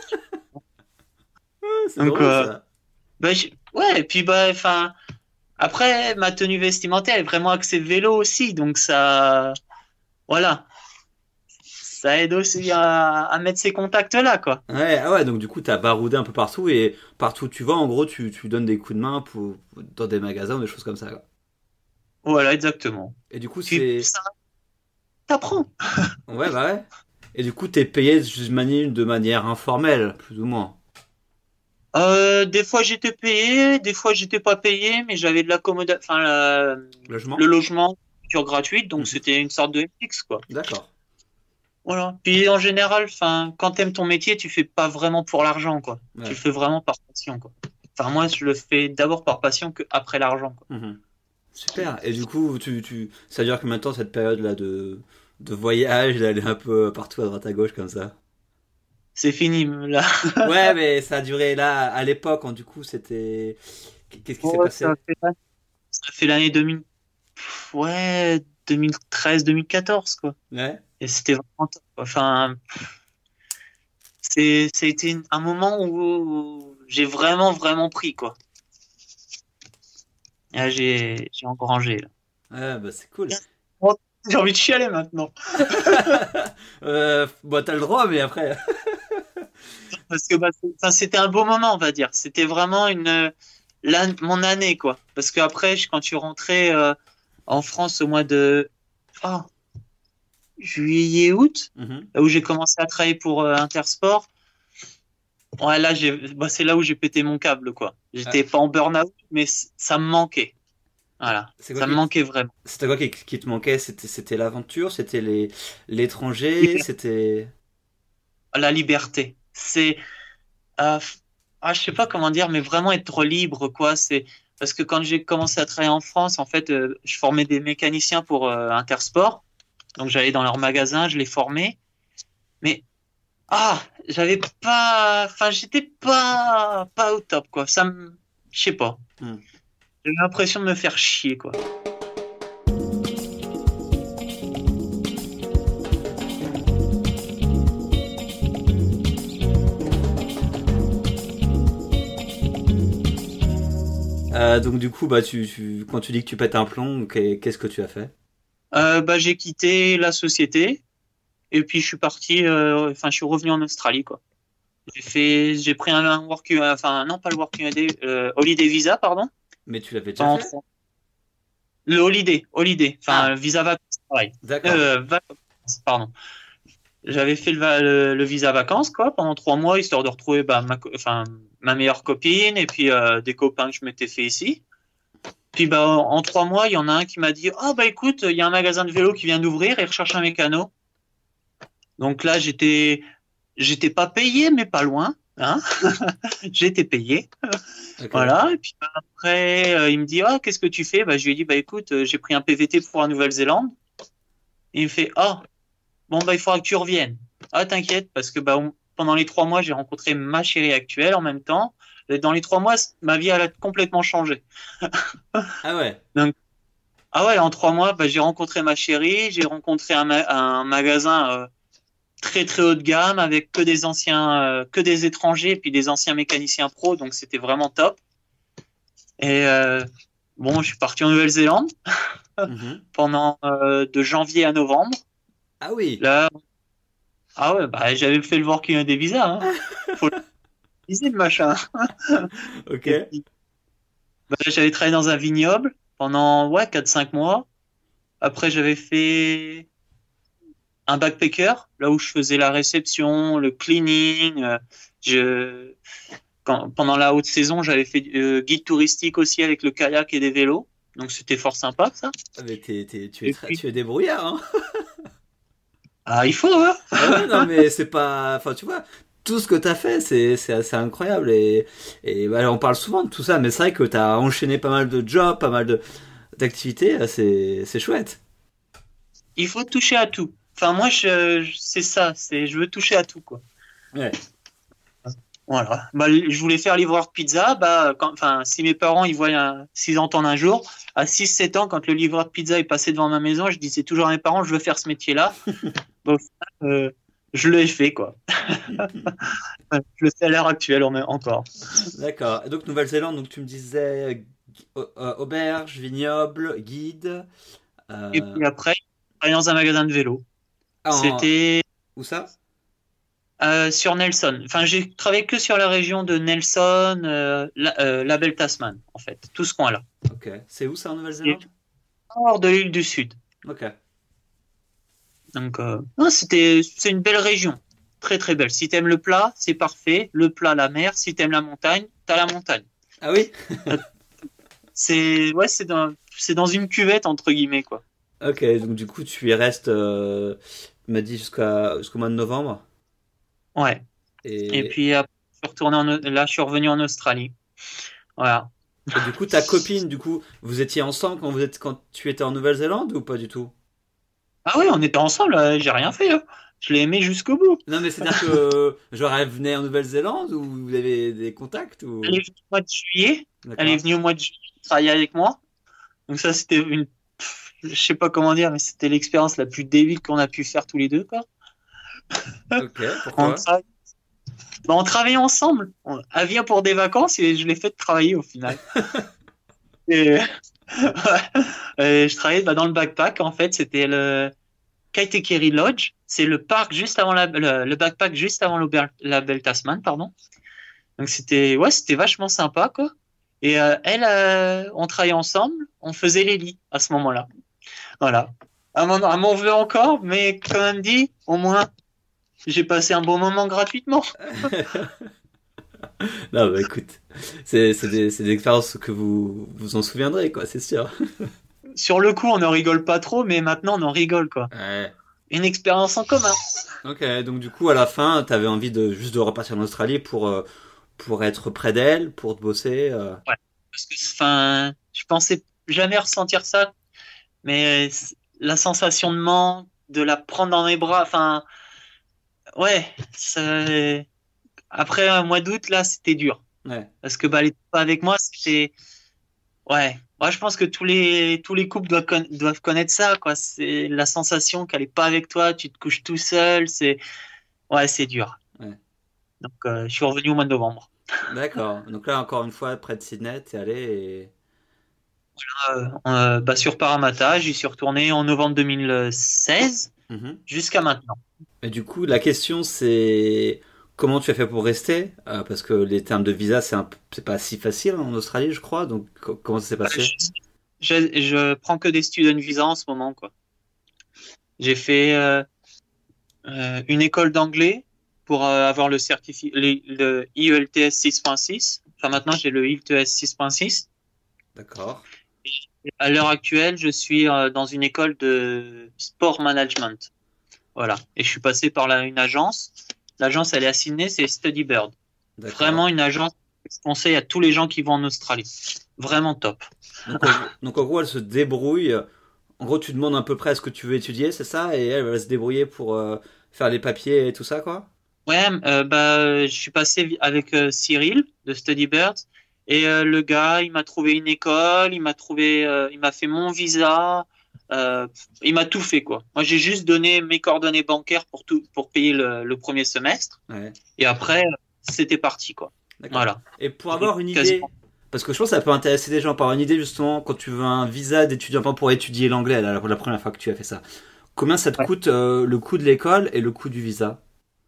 Speaker 1: Ah, c'est
Speaker 2: Donc,
Speaker 1: drôle
Speaker 2: euh,
Speaker 1: ça.
Speaker 2: bah, j'ai- ouais, et puis, bah, enfin, après, ma tenue vestimentaire est vraiment axée vélo aussi. Donc, ça, voilà. Ça aide aussi à, à mettre ces contacts-là, quoi.
Speaker 1: Ouais, ah ouais, donc du coup, t'as baroudé un peu partout et partout où tu vas, en gros, tu, tu donnes des coups de main pour, dans des magasins ou des choses comme ça, quoi.
Speaker 2: Voilà, exactement.
Speaker 1: Et du coup,
Speaker 2: Puis
Speaker 1: c'est.
Speaker 2: ça t'apprend.
Speaker 1: Ouais, bah ouais. Et du coup, t'es payé de manière, de manière informelle, plus ou moins.
Speaker 2: Euh, des fois j'étais payé, des fois j'étais pas payé, mais j'avais de l'accommodation, enfin la- le
Speaker 1: Logement?
Speaker 2: logement sur gratuite, donc
Speaker 1: Mhm.
Speaker 2: c'était une sorte de fixe, quoi.
Speaker 1: D'accord.
Speaker 2: Voilà. Puis en général, enfin, quand t'aimes ton métier, tu fais pas vraiment pour l'argent, quoi. Tu
Speaker 1: Ouais.
Speaker 2: le fais vraiment par passion, quoi. Enfin moi, je le fais d'abord par passion que après l'argent, quoi.
Speaker 1: Mhm. Super. Et du coup, tu, tu... ça dure combien de temps cette période-là de, de voyage, d'aller un peu partout à droite à gauche comme ça?
Speaker 2: C'est fini, là.
Speaker 1: Ouais, mais ça a duré là, à l'époque, hein, du coup, c'était. Qu'est-ce qui s'est
Speaker 2: Ouais, ça
Speaker 1: passé?
Speaker 2: fait, ça fait l'année deux mille, ouais, deux mille treize, deux mille quatorze, quoi.
Speaker 1: Ouais.
Speaker 2: Et c'était vraiment top, quoi. Enfin, c'est, ça a été un moment où j'ai vraiment, vraiment pris, quoi. Et là, j'ai, j'ai engrangé, là.
Speaker 1: Ouais, bah c'est cool.
Speaker 2: Oh, j'ai envie de chialer maintenant.
Speaker 1: euh, bon, t'as le droit, mais après.
Speaker 2: Parce que bah, c'est- enfin, c'était un beau moment, on va dire. C'était vraiment une, l'an- mon année, quoi. Parce qu'après, je- quand je suis rentré euh, en France au mois de oh, juillet, août,
Speaker 1: Mhm.
Speaker 2: là où j'ai commencé à travailler pour euh, Intersport, ouais, là, j'ai, bah, c'est là où j'ai pété mon câble, quoi.
Speaker 1: Ah,
Speaker 2: J'étais pas en burn-out, mais c- ça me manquait. Voilà.
Speaker 1: c'est quoi
Speaker 2: Ça me
Speaker 1: qui, te-
Speaker 2: manquait vraiment.
Speaker 1: c'était quoi qui, qui te manquait? C'était, c'était l'aventure, c'était les, l'étranger, c'était.
Speaker 2: La liberté. C'est, euh, ah, je sais pas comment dire, mais vraiment être libre, quoi. C'est parce que quand j'ai commencé à travailler en France, en fait, euh, je formais des mécaniciens pour euh, Intersport. Donc j'allais dans leur magasin, je les formais. Mais ah, j'avais pas, enfin, j'étais pas, pas au top, quoi. Ça me, je sais pas.
Speaker 1: Hmm.
Speaker 2: J'ai l'impression de me faire chier, quoi.
Speaker 1: Euh, donc du coup, bah, tu, tu- quand tu dis que tu pètes un plomb, qu'est- qu'est-ce que tu as fait?
Speaker 2: Euh, bah, j'ai quitté la société et puis je suis parti, euh, enfin, je suis revenu en Australie, quoi. J'ai fait, j'ai pris un, un work, enfin, non, pas le work holiday, euh, holiday visa, pardon.
Speaker 1: Mais tu l'avais déjà
Speaker 2: Pendant
Speaker 1: fait?
Speaker 2: trois- Le holiday, holiday, enfin,
Speaker 1: Ah,
Speaker 2: visa vacances, pareil.
Speaker 1: d'accord.
Speaker 2: Euh, vacances, pardon. J'avais fait le, va- le, le visa vacances, quoi, pendant trois mois, histoire de retrouver, bah, ma, co- enfin, ma meilleure copine et puis euh, des copains que je m'étais fait ici. Puis bah, en trois mois, il y en a un qui m'a dit, ah bah écoute, il y a un magasin de vélo qui vient d'ouvrir et il recherche un mécano. Donc là, j'étais, j'étais pas payé, mais pas loin, hein. J'étais payé,
Speaker 1: Ok.
Speaker 2: voilà. Et puis bah, après, euh, il me dit, ah, qu'est-ce que tu fais? Bah, je lui ai dit, bah écoute, euh, j'ai pris un P V T pour la Nouvelle-Zélande. Et il me fait, ah, bon bah il faudra que tu reviennes. Ah, t'inquiète, parce que bah on- pendant les trois mois, j'ai rencontré ma chérie actuelle en même temps. Et dans les trois mois, c- ma vie elle a complètement changé.
Speaker 1: Ah ouais.
Speaker 2: Donc, ah ouais, en trois mois, bah, j'ai rencontré ma chérie, j'ai rencontré un, ma- un magasin euh, très très haut de gamme avec que des anciens, euh, que des étrangers et puis des anciens mécaniciens pros, donc c'était vraiment top. Et euh, bon, je suis parti en Nouvelle-Zélande
Speaker 1: Mhm.
Speaker 2: pendant euh, de janvier à novembre.
Speaker 1: Ah oui.
Speaker 2: Là, ah ouais, bah j'avais fait le working des visas, hein. Faut le viser le machin.
Speaker 1: Ok.
Speaker 2: Et puis, bah, j'avais travaillé dans un vignoble pendant ouais quatre cinq mois. Après, j'avais fait un backpacker, là où je faisais la réception, le cleaning. euh, je quand, pendant la haute saison, j'avais fait euh, guide touristique aussi avec le kayak et des vélos. Donc c'était fort sympa ça.
Speaker 1: Ah, mais t'es, t'es- tu es
Speaker 2: Et
Speaker 1: très,
Speaker 2: puis,
Speaker 1: tu es débrouillard, hein.
Speaker 2: ah, il faut, hein.
Speaker 1: Ah ouais, non, mais c'est pas. Enfin, tu vois, tout ce que t'as fait, c'est, c'est assez incroyable. Et, et bah, on parle souvent de tout ça, mais c'est vrai que t'as enchaîné pas mal de jobs, pas mal de, d'activités. C'est, c'est chouette.
Speaker 2: Il faut toucher à tout. Enfin, moi, je, je- c'est ça, c'est, je veux toucher à tout, quoi.
Speaker 1: Ouais.
Speaker 2: Voilà. Bah, je voulais faire livreur de pizza. Bah, quand, enfin, si mes parents, ils voient un, s'ils entendent un jour, à six sept ans, quand le livreur de pizza est passé devant ma maison, je disais toujours à mes parents, je veux faire ce métier-là. Bah, au final, euh, je l'ai fait, quoi. Je le fais à l'heure actuelle, en- encore.
Speaker 1: D'accord. Et donc, Nouvelle-Zélande, donc tu me disais euh, gui- euh, euh, auberge, vignoble, guide.
Speaker 2: Et
Speaker 1: Euh,
Speaker 2: puis après, je travaillais dans un magasin de vélo.
Speaker 1: ah, en-
Speaker 2: C'était
Speaker 1: où ça?
Speaker 2: euh, sur Nelson. Enfin, j'ai travaillé que sur la région de Nelson, euh, la, euh, la Belle Tasman, en fait. Tout ce coin-là.
Speaker 1: Ok. C'est où ça en
Speaker 2: Et
Speaker 1: Nouvelle-Zélande?
Speaker 2: hors de l'île du Sud.
Speaker 1: Ok.
Speaker 2: Donc, euh, non, c'était, c'est une belle région. Très, très belle. Si t'aimes le plat, c'est parfait. Le plat, la mer. Si t'aimes la montagne, t'as la montagne.
Speaker 1: Ah oui?
Speaker 2: C'est, ouais, c'est dans, c'est dans une cuvette, entre guillemets, quoi.
Speaker 1: Ok, donc du coup, tu y restes, euh, tu m'as dit jusqu'à, jusqu'au mois de novembre.
Speaker 2: Ouais. Et
Speaker 1: Et,
Speaker 2: puis, après, je suis retourné en, Au- là, je suis revenu en Australie. Voilà.
Speaker 1: et du coup, ta copine, du coup, vous étiez ensemble quand, vous êtes, quand tu étais en Nouvelle-Zélande ou pas du tout?
Speaker 2: Ah oui, on était ensemble, euh, j'ai rien fait, hein. Je l'ai aimé jusqu'au bout.
Speaker 1: Non, mais c'est-à-dire que, genre, elle venait en Nouvelle-Zélande ou vous avez des contacts
Speaker 2: Elle est
Speaker 1: ou...
Speaker 2: venue au mois de juillet. Elle est
Speaker 1: D'accord.
Speaker 2: venue au mois de juillet travailler avec moi. Donc ça, c'était une, pff, je sais pas comment dire, mais c'était l'expérience la plus débile qu'on a pu faire tous les deux, quoi.
Speaker 1: Ok,
Speaker 2: On,
Speaker 1: pourquoi?
Speaker 2: tra- bah, on travaillait ensemble. On- Elle vient pour des vacances et je l'ai fait travailler au final. Et, ouais. Et je travaillais bah, dans le backpack. En fait, c'était le Kaitekeri Lodge. C'est le parc juste avant la, le, le backpack juste avant l'auber- la Belle Tasman, pardon. Donc c'était, ouais, c'était vachement sympa, quoi. Et euh, elle, euh, on travaillait ensemble, on faisait les lits à ce moment-là. Voilà. À mon, à mon vœu encore, mais comme elle me dit, au moins, j'ai passé un bon moment gratuitement.
Speaker 1: Non, bah écoute, c'est c'est des, c'est des expériences que vous vous en souviendrez, quoi, c'est sûr.
Speaker 2: Sur le coup, on ne rigole pas trop, mais maintenant, on en rigole, quoi.
Speaker 1: Ouais.
Speaker 2: Une expérience en commun.
Speaker 1: Ok, donc du coup, à la fin, t'avais envie de juste de repartir en Australie pour, euh, pour être près d'elle, pour te bosser. euh.
Speaker 2: Ouais. Parce que, enfin, je pensais jamais ressentir ça, mais la sensation de manque, de la prendre dans mes bras, enfin, ouais, ça... après un mois d'août, là, c'était dur.
Speaker 1: Ouais,
Speaker 2: Parce que, bah, elle était pas avec moi, c'était, ouais. Moi, je pense que tous les, tous les couples doivent, conna- doivent connaître ça, quoi. C'est la sensation qu'elle est pas avec toi, tu te couches tout seul, c'est, ouais, c'est dur.
Speaker 1: ouais.
Speaker 2: Donc, euh, je suis revenu au mois de novembre.
Speaker 1: D'accord. Donc là, encore une fois, près de Sydney, t'es allé et...
Speaker 2: Euh, euh, bah, sur Parramatta, j'y suis retourné en novembre deux mille seize
Speaker 1: Mhm.
Speaker 2: jusqu'à maintenant.
Speaker 1: Et du coup, la question, c'est comment tu as fait pour rester? Euh, parce que les termes de visa, c'est un... c'est pas si facile en Australie, je crois. Donc, co- comment ça s'est
Speaker 2: Ouais,
Speaker 1: passé?
Speaker 2: je, je, je prends que des student visas en ce moment, quoi. J'ai fait euh, euh, une école d'anglais pour euh, avoir le certificat, le, le I E L T S six point six. Enfin, maintenant, j'ai le I E L T S six point six.
Speaker 1: D'accord.
Speaker 2: À l'heure actuelle, je suis euh, dans une école de sport management. Voilà. Et je suis passé par la, une agence. L'agence, elle est à Sydney, c'est Study Bird.
Speaker 1: D'accord.
Speaker 2: Vraiment une agence que je conseille à tous les gens qui vont en Australie. Vraiment top.
Speaker 1: Donc, en... donc, en gros, elle se débrouille. En gros, tu demandes à peu près ce que tu veux étudier, c'est ça? Et elle va se débrouiller pour euh, faire les papiers et tout ça, quoi?
Speaker 2: Ouais, euh, bah, je suis passé vi- avec euh, Cyril de Study Bird et euh, le gars, il m'a trouvé une école, il m'a trouvé, euh, il m'a fait mon visa, euh, il m'a tout fait quoi. Moi, j'ai juste donné mes coordonnées bancaires pour tout, pour payer le, le premier semestre
Speaker 1: Ouais.
Speaker 2: et après, c'était parti quoi.
Speaker 1: D'accord.
Speaker 2: Voilà.
Speaker 1: Et pour
Speaker 2: J'ai
Speaker 1: avoir une idée,
Speaker 2: quasiment.
Speaker 1: Parce que je pense que ça peut intéresser des gens. Par une idée, justement, quand tu veux un visa d'étudiant enfin, pour étudier l'anglais, là, la première fois que tu as fait ça, combien ça te
Speaker 2: Ouais.
Speaker 1: coûte euh, le coût de l'école et le coût du visa?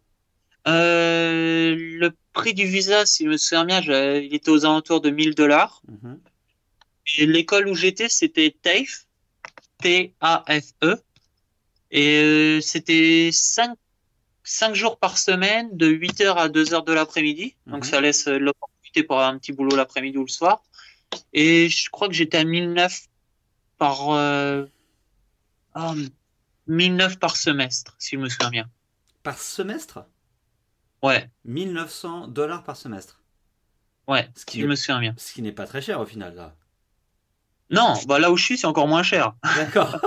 Speaker 2: Euh, le prix du visa, si je me souviens bien, je- il était aux alentours de mille dollars.
Speaker 1: Mhm.
Speaker 2: Et l'école où j'étais, c'était TAFE, T A F E. Et euh, c'était cinq cinq jours par semaine, de huit heures à deux heures de l'après-midi. Donc
Speaker 1: Mhm.
Speaker 2: ça laisse euh, l'opportunité pour avoir un petit boulot l'après-midi ou le soir. Et je crois que j'étais à mille neuf par, euh, ah, mille neuf par semestre, si je me souviens bien.
Speaker 1: Par semestre?
Speaker 2: Ouais,
Speaker 1: mille neuf cents dollars par semestre.
Speaker 2: ouais,
Speaker 1: Ce qui
Speaker 2: si je
Speaker 1: n'est
Speaker 2: me souviens bien.
Speaker 1: ce qui n'est pas très cher au final, là.
Speaker 2: Non, bah là où je suis, c'est encore moins cher.
Speaker 1: D'accord.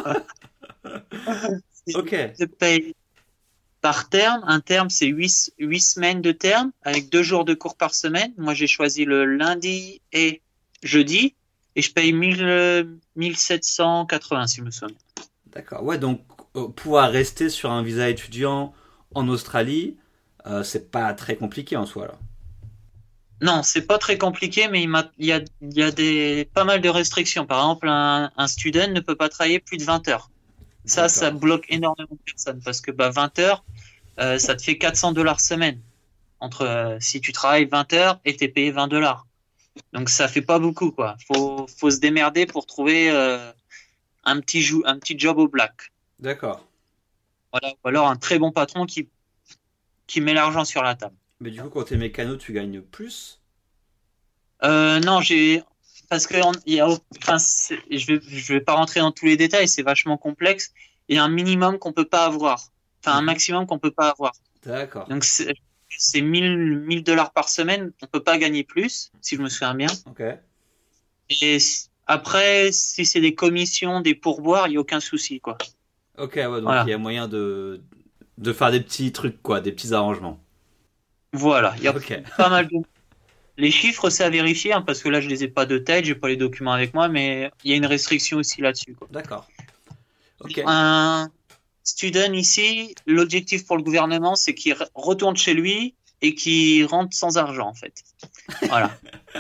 Speaker 1: Ok.
Speaker 2: Je paye par terme. Un terme, c'est huit huit semaines de terme avec deux jours de cours par semaine. Moi, j'ai choisi le lundi et jeudi et je paye mille, euh, mille sept cent quatre-vingts, si je me souviens.
Speaker 1: D'accord. Ouais, donc euh, pouvoir rester sur un visa étudiant en Australie, euh, c'est pas très compliqué en soi, là.
Speaker 2: Non, c'est pas très compliqué, mais il, m'a- il y a, il y a des, pas mal de restrictions. Par exemple, un, un student ne peut pas travailler plus de vingt heures. Ça, ça
Speaker 1: D'accord.
Speaker 2: bloque énormément de personnes parce que bah, vingt heures, euh, ça te fait quatre cents dollars semaine. Entre euh, si tu travailles vingt heures et t'es payé vingt dollars. Donc ça fait pas beaucoup, quoi. Faut, faut se démerder pour trouver euh, un petit jou- un petit job au black.
Speaker 1: D'accord.
Speaker 2: Voilà. Ou alors un très bon patron qui, qui met l'argent sur la table.
Speaker 1: Mais du coup, quand t'es mécano, tu gagnes plus?
Speaker 2: Euh, non, j'ai parce que on- il y a, enfin, c'est- je vais, je vais pas rentrer dans tous les détails, c'est vachement complexe. Il y a un minimum qu'on peut pas avoir, enfin un
Speaker 1: Mhm.
Speaker 2: maximum qu'on peut pas avoir.
Speaker 1: D'accord.
Speaker 2: Donc c'est c'est mille mille dollars par semaine, on peut pas gagner plus, si je me souviens bien.
Speaker 1: Ok.
Speaker 2: Et s- après, si c'est des commissions, des pourboires, il y a aucun souci, quoi.
Speaker 1: Ok, ouais, donc il
Speaker 2: Voilà,
Speaker 1: y a moyen de, de faire des petits trucs, quoi, des petits arrangements.
Speaker 2: voilà. Il y a
Speaker 1: Ok.
Speaker 2: pas mal de les chiffres, c'est à vérifier, hein, parce que là, je les ai pas de tête, j'ai pas les documents avec moi, mais il y a une restriction aussi là-dessus, quoi.
Speaker 1: D'accord. Ok.
Speaker 2: Un student ici, l'objectif pour le gouvernement, c'est qu'il re- retourne chez lui et qu'il rentre sans argent, en fait. Voilà.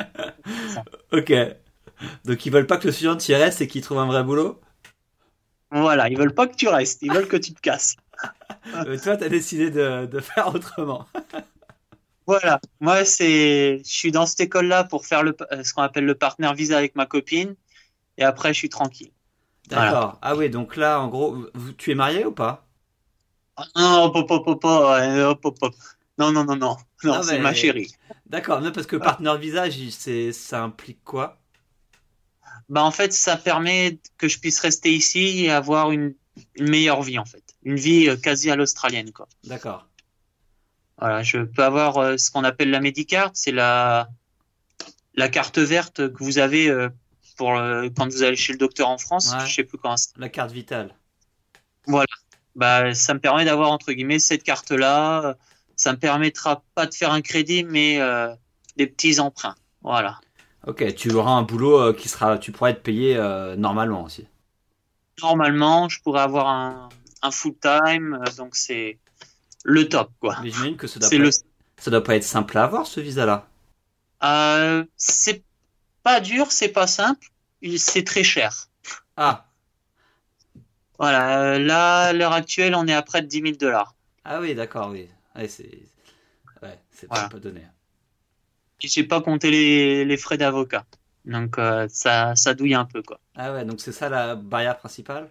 Speaker 1: Ok. Donc ils veulent pas que le student y reste et qu'il trouve un vrai boulot?
Speaker 2: Voilà. Ils veulent pas que tu restes, ils veulent que tu te casses.
Speaker 1: Euh, toi, t'as décidé de, de faire autrement.
Speaker 2: Voilà. Moi, c'est, je suis dans cette école-là pour faire le, euh, ce qu'on appelle le partner visa avec ma copine, et après, je suis tranquille. Voilà.
Speaker 1: D'accord. Ah oui, donc là, en gros, vous- tu es marié ou pas?
Speaker 2: Ah, hop, hop, hop, hop, ouais, hop, hop, hop. Non, non, non, non, non,
Speaker 1: Non,
Speaker 2: c'est ma
Speaker 1: mais...
Speaker 2: chérie.
Speaker 1: D'accord, mais parce que partner visa, j'y- c'est, ça implique quoi?
Speaker 2: Bah, en fait, ça permet que je puisse rester ici et avoir une, une meilleure vie, en fait. Une vie euh, quasi à l'australienne, quoi.
Speaker 1: D'accord.
Speaker 2: Voilà, je peux avoir euh, ce qu'on appelle la Medicard, c'est la, la carte verte que vous avez euh, pour euh, quand vous allez chez le docteur en France.
Speaker 1: Ouais,
Speaker 2: Je sais plus comment ça.
Speaker 1: la carte vitale.
Speaker 2: Voilà. Bah, ça me permet d'avoir entre guillemets cette carte-là. Ça me permettra pas de faire un crédit, mais euh, des petits emprunts. Voilà.
Speaker 1: Ok, tu auras un boulot euh, qui sera, tu pourras être payé euh, normalement aussi.
Speaker 2: Normalement, je pourrais avoir un, un full-time, euh, donc c'est le top, quoi.
Speaker 1: Mais j'imagine que ça doit
Speaker 2: C'est
Speaker 1: pas
Speaker 2: le.
Speaker 1: être, ça doit pas être simple à avoir ce visa-là.
Speaker 2: Euh, c'est pas dur, c'est pas simple, c'est très cher.
Speaker 1: Ah,
Speaker 2: Voilà, euh, là, à l'heure actuelle, on est à près de dix mille dollars.
Speaker 1: ah oui, d'accord, oui. Ouais, c'est, ouais, c'est pas,
Speaker 2: Voilà.
Speaker 1: pas donné.
Speaker 2: Et j'ai pas compté les, les frais d'avocat. Donc, euh, ça, ça douille un peu, quoi.
Speaker 1: Ah ouais, donc c'est ça la barrière principale?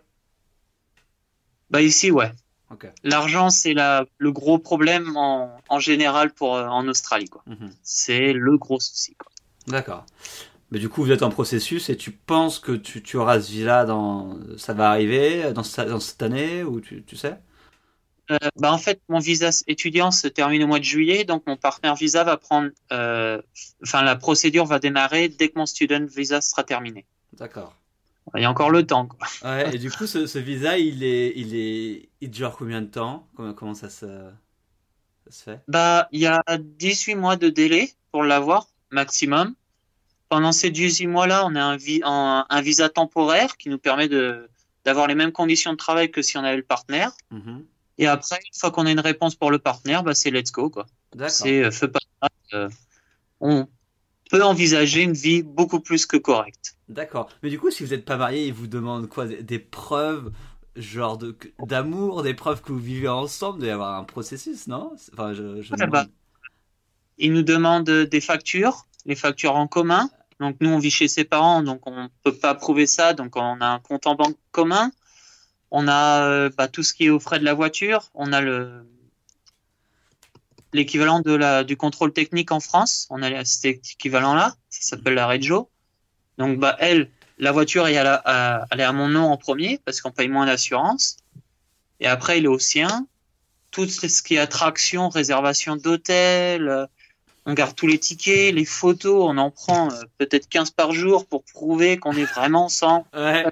Speaker 2: Bah, ici, ouais.
Speaker 1: Ok.
Speaker 2: L'argent, c'est la, le gros problème en, en général pour, euh, en Australie, quoi.
Speaker 1: Mhm.
Speaker 2: C'est le gros souci, quoi.
Speaker 1: D'accord. Mais du coup, vous êtes en processus et tu penses que tu, tu auras ce visa dans, ça va arriver dans, ce- dans cette année ou tu, tu sais?
Speaker 2: Euh, bah, en fait, mon visa étudiant se termine au mois de juillet, donc mon partenaire visa va prendre, euh, enfin, la procédure va démarrer dès que mon student visa sera terminé.
Speaker 1: D'accord.
Speaker 2: Il y a encore le temps, quoi.
Speaker 1: Ouais, et du coup, ce, ce visa, il est, il est, il dure combien de temps? Comment, comment ça se, ça se fait?
Speaker 2: Bah, il y a dix-huit mois de délai pour l'avoir, maximum. Pendant ces dix-huit mois-là, on a un, vi- un, un visa temporaire qui nous permet de, d'avoir les mêmes conditions de travail que si on avait le partenaire.
Speaker 1: Mhm.
Speaker 2: Et après, une fois qu'on a une réponse pour le partenaire, bah, c'est let's go, quoi.
Speaker 1: D'accord.
Speaker 2: C'est euh, feu pas de passe, euh, on, peut envisager une vie beaucoup plus que correcte.
Speaker 1: D'accord. Mais du coup, si vous n'êtes pas marié, ils vous demandent quoi? Des, des preuves, genre de, d'amour, des preuves que vous vivez ensemble, il doit y avoir un processus, non? Enfin, je, je me
Speaker 2: Ouais, bah,
Speaker 1: demande.
Speaker 2: ils nous demandent des factures, les factures en commun. Donc nous, on vit chez ses parents, donc on peut pas prouver ça. Donc on a un compte en banque commun. On a euh, bah, tout ce qui est aux frais de la voiture. On a le l'équivalent de la du contrôle technique en France. On a cet équivalent-là. Ça s'appelle la Regio. Donc bah elle, la voiture elle est à, la- à- elle est à mon nom en premier parce qu'on paye moins d'assurance. Et après, il est au sien. Tout ce qui est attraction, réservation d'hôtel. euh, On garde tous les tickets, les photos, on en prend euh, peut-être quinze par jour pour prouver qu'on est vraiment ensemble.
Speaker 1: Ouais.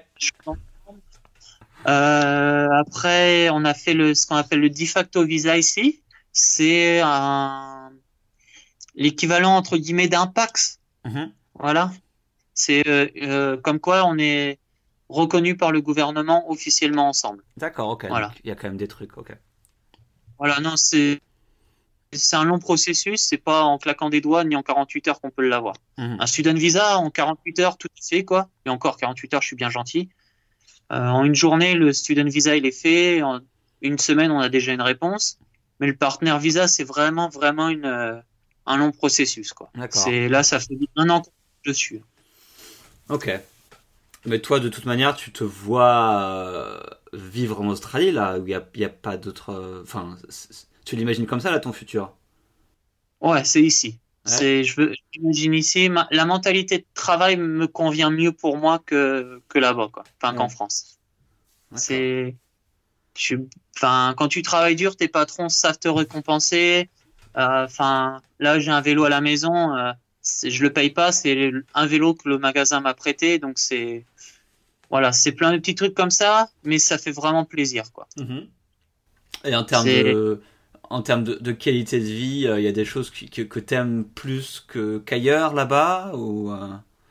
Speaker 2: Euh, après, on a fait le, ce qu'on appelle le de facto visa ici. C'est un, l'équivalent entre guillemets d'un Pax.
Speaker 1: Mhm.
Speaker 2: Voilà. C'est euh, euh, comme quoi on est reconnu par le gouvernement officiellement ensemble.
Speaker 1: D'accord, ok.
Speaker 2: Voilà.
Speaker 1: Donc, il y a quand même des trucs, ok.
Speaker 2: Voilà, non, c'est c'est un long processus. C'est pas en claquant des doigts ni en quarante-huit heures qu'on peut l'avoir.
Speaker 1: Mhm.
Speaker 2: Un student visa en quarante-huit heures, tout est fait, quoi. Et encore quarante-huit heures, je suis bien gentil. Euh, en une journée, le student visa, il est fait. En une semaine, on a déjà une réponse. Mais le partner visa, c'est vraiment, vraiment une, euh, un long processus, quoi.
Speaker 1: D'accord.
Speaker 2: C'est, là, ça fait un an que je suis.
Speaker 1: Ok. Mais toi, de toute manière, tu te vois euh, vivre en Australie, là, où il n'y a, il y a pas d'autre. euh, Enfin, c'est- c'est- tu l'imagines comme ça, là, ton futur?
Speaker 2: Ouais, c'est ici.
Speaker 1: Ouais.
Speaker 2: C'est, je veux, j'imagine ici, ma- la mentalité de travail me convient mieux pour moi que, que là-bas, quoi. Enfin,
Speaker 1: Ouais.
Speaker 2: qu'en France.
Speaker 1: D'accord.
Speaker 2: C'est, je suis, enfin, quand tu travailles dur, tes patrons savent te récompenser. Euh, Enfin, là, j'ai un vélo à la maison, euh, c'est- je le paye pas, c'est un vélo que le magasin m'a prêté, donc c'est, voilà, c'est plein de petits trucs comme ça, mais ça fait vraiment plaisir, quoi.
Speaker 1: Mhm. Et en termes
Speaker 2: C'est,
Speaker 1: de, en termes de, de qualité de vie, euh, il y a des choses qui- que, que t'aimes plus que, qu'ailleurs, là-bas, ou euh,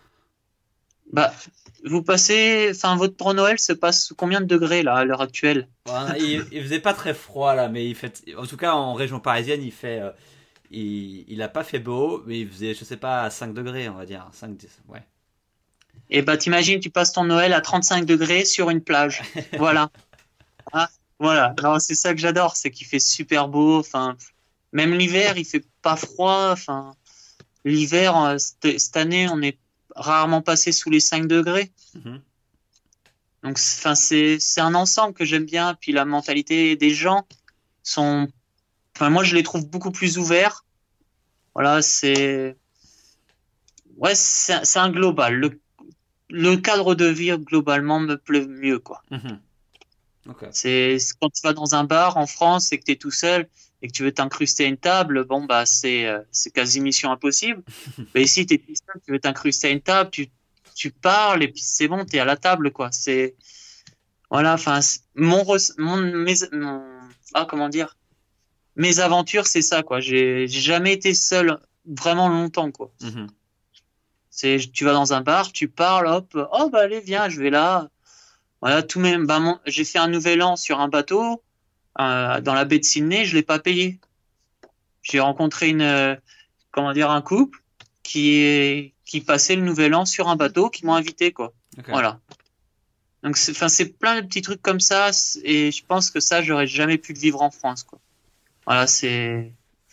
Speaker 2: bah, vous passez, enfin, votre pour Noël se passe sous combien de degrés là à l'heure actuelle?
Speaker 1: voilà, il, il faisait pas très froid, là, mais il fait, en tout cas, en région parisienne, il fait, euh, il, il a pas fait beau, mais il faisait, je sais pas, cinq degrés, on va dire, cinq dix, ouais.
Speaker 2: Et bah, t'imagines, tu passes ton Noël à trente-cinq degrés sur une plage. Voilà. Ah, voilà. Non, c'est ça que j'adore, c'est qu'il fait super beau. Enfin, même l'hiver, il fait pas froid. Enfin, l'hiver, euh, cette, cette année, on est rarement passé sous les cinq degrés.
Speaker 1: Mhm.
Speaker 2: Donc, c'est- enfin, c'est, c'est un ensemble que j'aime bien. Puis la mentalité des gens sont, enfin, moi, je les trouve beaucoup plus ouverts. Voilà, c'est, ouais, c'est, c'est un global. Le, le cadre de vie, globalement, me plaît mieux, quoi.
Speaker 1: Mhm. Ok.
Speaker 2: C'est c'est quand tu vas dans un bar en France et que tu es tout seul et que tu veux t'incruster à une table, bon bah c'est euh, c'est quasi mission impossible. Mais ici tu es tout seul, tu veux t'incruster à une table, tu tu parles et puis c'est bon, tu es à la table quoi. C'est voilà, enfin c'est- mon res- mon mes mon ah comment dire, mes aventures c'est ça quoi. J'ai j'ai jamais été seul vraiment longtemps quoi.
Speaker 1: Mhm.
Speaker 2: C'est tu vas dans un bar, tu parles, hop, oh bah allez viens, je vais là. Voilà, tout même, bah, mon- j'ai fait un nouvel an sur un bateau euh, dans la baie de Sydney, je l'ai pas payé. J'ai rencontré une, euh, comment dire, un couple qui est, qui passait le nouvel an sur un bateau, qui m'ont invité quoi.
Speaker 1: Ok.
Speaker 2: Voilà. Donc, c'est, enfin, c'est plein de petits trucs comme ça, c'est- et je pense que ça, j'aurais jamais pu le vivre en France quoi. Voilà, c'est,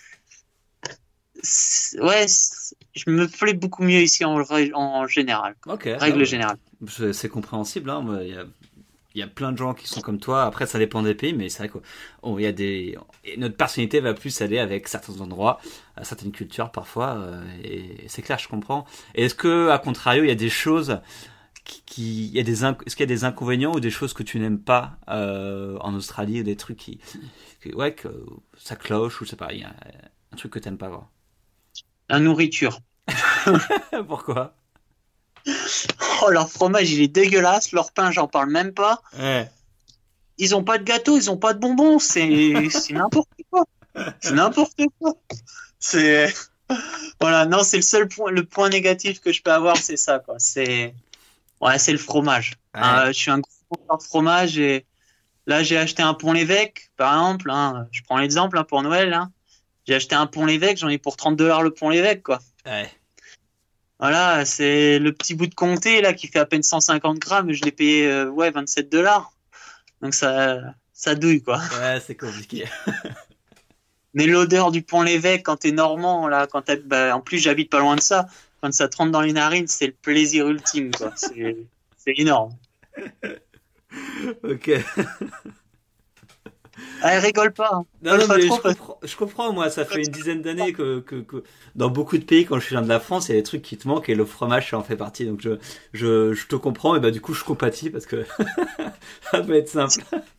Speaker 2: c'est- ouais, c'est- je me plais beaucoup mieux ici en, ré- en général, quoi.
Speaker 1: Ok.
Speaker 2: Règle
Speaker 1: non,
Speaker 2: générale.
Speaker 1: c'est c'est compréhensible, hein. Moi, il y a, il y a plein de gens qui sont comme toi. Après, ça dépend des pays, mais c'est vrai que oh, il y a des, et notre personnalité va plus aller avec certains endroits, à certaines cultures parfois, euh, et c'est clair, je comprends. Et est-ce que, à contrario, il y a des choses qui, qui- il y a des, inc- est-ce qu'il y a des inconvénients ou des choses que tu n'aimes pas euh, en Australie, ou des trucs qui, qui- ouais, que ça cloche ou je sais pas, il y a un truc que t'aimes pas voir.
Speaker 2: La nourriture.
Speaker 1: Pourquoi?
Speaker 2: Oh, leur fromage, il est dégueulasse. Leur pain, j'en parle même pas.
Speaker 1: Ouais.
Speaker 2: Ils ont pas de gâteau, ils ont pas de bonbons. C'est, c'est n'importe quoi. C'est n'importe quoi. C'est, voilà. Non, c'est le seul point, le point négatif que je peux avoir, c'est ça, quoi. C'est, ouais, c'est le fromage.
Speaker 1: Ouais.
Speaker 2: Euh, je suis un gros fan de fromage et là, j'ai acheté un Pont-l'Évêque, par exemple, hein. Je prends l'exemple, hein, pour Noël, hein. J'ai acheté un Pont-l'Évêque, j'en ai pour trente dollars le Pont-l'Évêque, quoi.
Speaker 1: Ouais.
Speaker 2: Voilà, c'est le petit bout de comté là qui fait à peine cent cinquante grammes. Je l'ai payé euh, ouais vingt-sept dollars. Donc ça, ça douille quoi.
Speaker 1: Ouais, c'est compliqué.
Speaker 2: Mais l'odeur du Pont-l'Évêque quand t'es normand là, quand t'as, bah, en plus j'habite pas loin de ça, quand ça te rentre dans les narines, c'est le plaisir ultime quoi. C'est, c'est énorme.
Speaker 1: Ok.
Speaker 2: Ah, rigole pas. Hein.
Speaker 1: Non, non,
Speaker 2: Pas
Speaker 1: mais
Speaker 2: trop,
Speaker 1: je
Speaker 2: parce-
Speaker 1: comprends, je comprends, moi, ça fait une dizaine d'années que, que, que dans beaucoup de pays, quand je viens de la France, il y a des trucs qui te manquent et le fromage, ça en fait partie. Donc, je, je, je te comprends et bah, du coup, je compatis parce que ça peut être simple.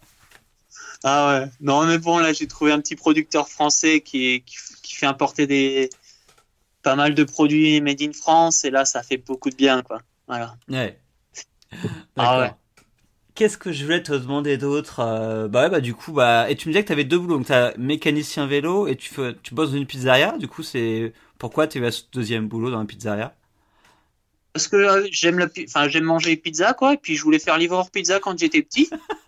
Speaker 2: Ah ouais. Non mais bon là j'ai trouvé un petit producteur français qui, qui, qui fait importer des pas mal de produits made in France et là ça fait beaucoup de bien quoi. Voilà.
Speaker 1: Ouais.
Speaker 2: Ah
Speaker 1: D'accord.
Speaker 2: ouais.
Speaker 1: Qu'est-ce que je voulais te demander d'autre? Euh, Bah ouais, bah du coup, bah et tu me disais que t'avais deux boulots, donc t'as mécanicien vélo et tu fais, tu bosses dans une pizzeria. Du coup, c'est pourquoi tu as ce deuxième boulot dans une pizzeria?
Speaker 2: Parce que euh, j'aime la pi- enfin j'aime manger pizza quoi et puis je voulais faire livreur pizza quand j'étais petit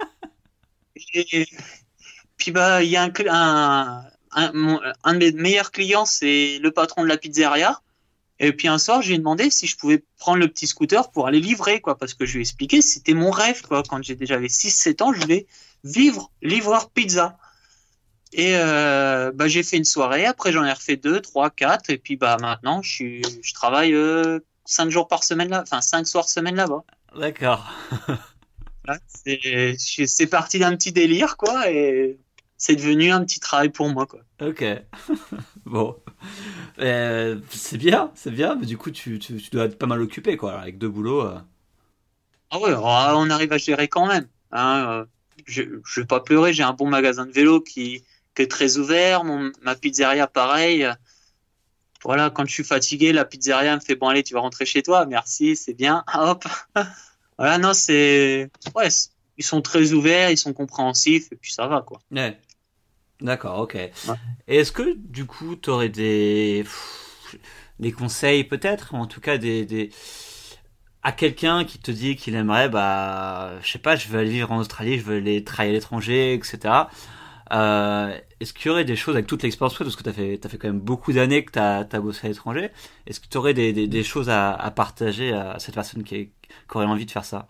Speaker 2: et puis bah il y a un cl- un un, mon- un de mes meilleurs clients c'est le patron de la pizzeria et puis un soir j'ai demandé si je pouvais prendre le petit scooter pour aller livrer quoi parce que je lui ai expliqué c'était mon rêve quoi quand j'étais j'avais six sept ans je voulais vivre livreur pizza et euh, bah j'ai fait une soirée après j'en ai refait deux trois quatre et puis bah maintenant je suis je travaille euh, cinq jours par semaine là enfin cinq soirs semaine là-bas.
Speaker 1: D'accord.
Speaker 2: Ouais, c'est je- c'est parti d'un petit délire quoi et c'est devenu un petit travail pour moi quoi.
Speaker 1: Ok. Bon. Euh, c'est bien, c'est bien. Mais du coup, tu, tu, tu dois être pas mal occupé, quoi, avec deux boulots. euh.
Speaker 2: Ah ouais, alors, on arrive à gérer quand même. Hein, euh, je, je vais pas pleurer, j'ai un bon magasin de vélo qui, qui est très ouvert, mon, ma pizzeria pareil. Voilà, quand je suis fatigué, la pizzeria me fait bon allez, tu vas rentrer chez toi, merci, c'est bien. Hop. Voilà, non, c'est ouais, c'est- ils sont très ouverts, ils sont compréhensifs et puis ça va quoi.
Speaker 1: Ouais. D'accord, ok. Et
Speaker 2: Ouais.
Speaker 1: est-ce que, du coup, tu aurais des, pff, des conseils, peut-être, ou en tout cas, des, des, à quelqu'un qui te dit qu'il aimerait, bah, je sais pas, je veux aller vivre en Australie, je veux aller travailler à l'étranger, et cetera. Euh, est-ce qu'il y aurait des choses avec toute l'expérience que tu as, parce que t'as fait, t'as fait quand même beaucoup d'années que t'as, t'as bossé à l'étranger. Est-ce que tu aurais des, des, des choses à, à partager à cette personne qui, est- qui aurait envie de faire ça?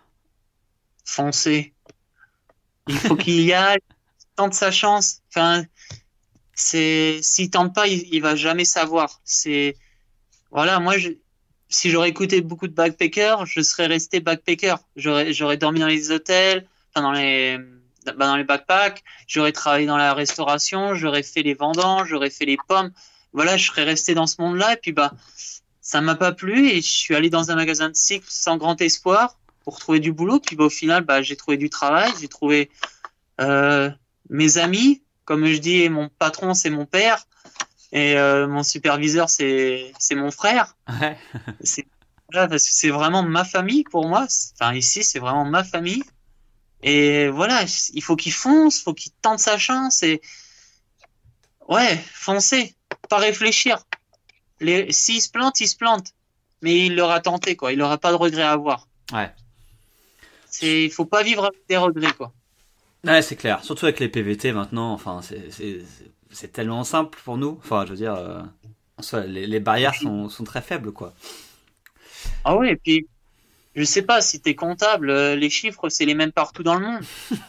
Speaker 2: Foncez. Il faut qu'il y aille, tente sa chance. Enfin, c'est s'il tente pas, il, il va jamais savoir. C'est voilà, moi je si j'aurais écouté beaucoup de backpackers, je serais resté backpacker. J'aurais, j'aurais dormi dans les hôtels, enfin dans les, bah, dans les backpacks. J'aurais travaillé dans la restauration, j'aurais fait les vendanges, j'aurais fait les pommes. Voilà, je serais resté dans ce monde-là. Et puis bah, ça m'a pas plu et je suis allé dans un magasin de cycle sans grand espoir pour trouver du boulot. Puis bah, au final, bah, j'ai trouvé du travail, j'ai trouvé euh, mes amis. Comme je dis, mon patron c'est mon père et euh, mon superviseur c'est c'est mon frère.
Speaker 1: Ouais.
Speaker 2: C'est voilà, parce que c'est vraiment ma famille pour moi. Enfin, ici, c'est vraiment ma famille. Et voilà, il faut qu'il fonce, faut qu'il tente sa chance et ouais, foncer, pas réfléchir. Les... S'il se plante, il se plante. Mais il l'aura tenté, quoi. Il n'aura pas de regrets à avoir.
Speaker 1: Ouais.
Speaker 2: C'est... Il faut pas vivre avec des regrets, quoi.
Speaker 1: Ouais, c'est clair. Surtout avec les P V T maintenant, enfin, c'est, c'est, c'est c'est tellement simple pour nous. Enfin, je veux dire, euh, en soi, les, les barrières sont, sont très faibles, quoi.
Speaker 2: Ah ouais, et puis, je sais pas, si t'es comptable, euh, les chiffres, c'est les mêmes partout dans le monde.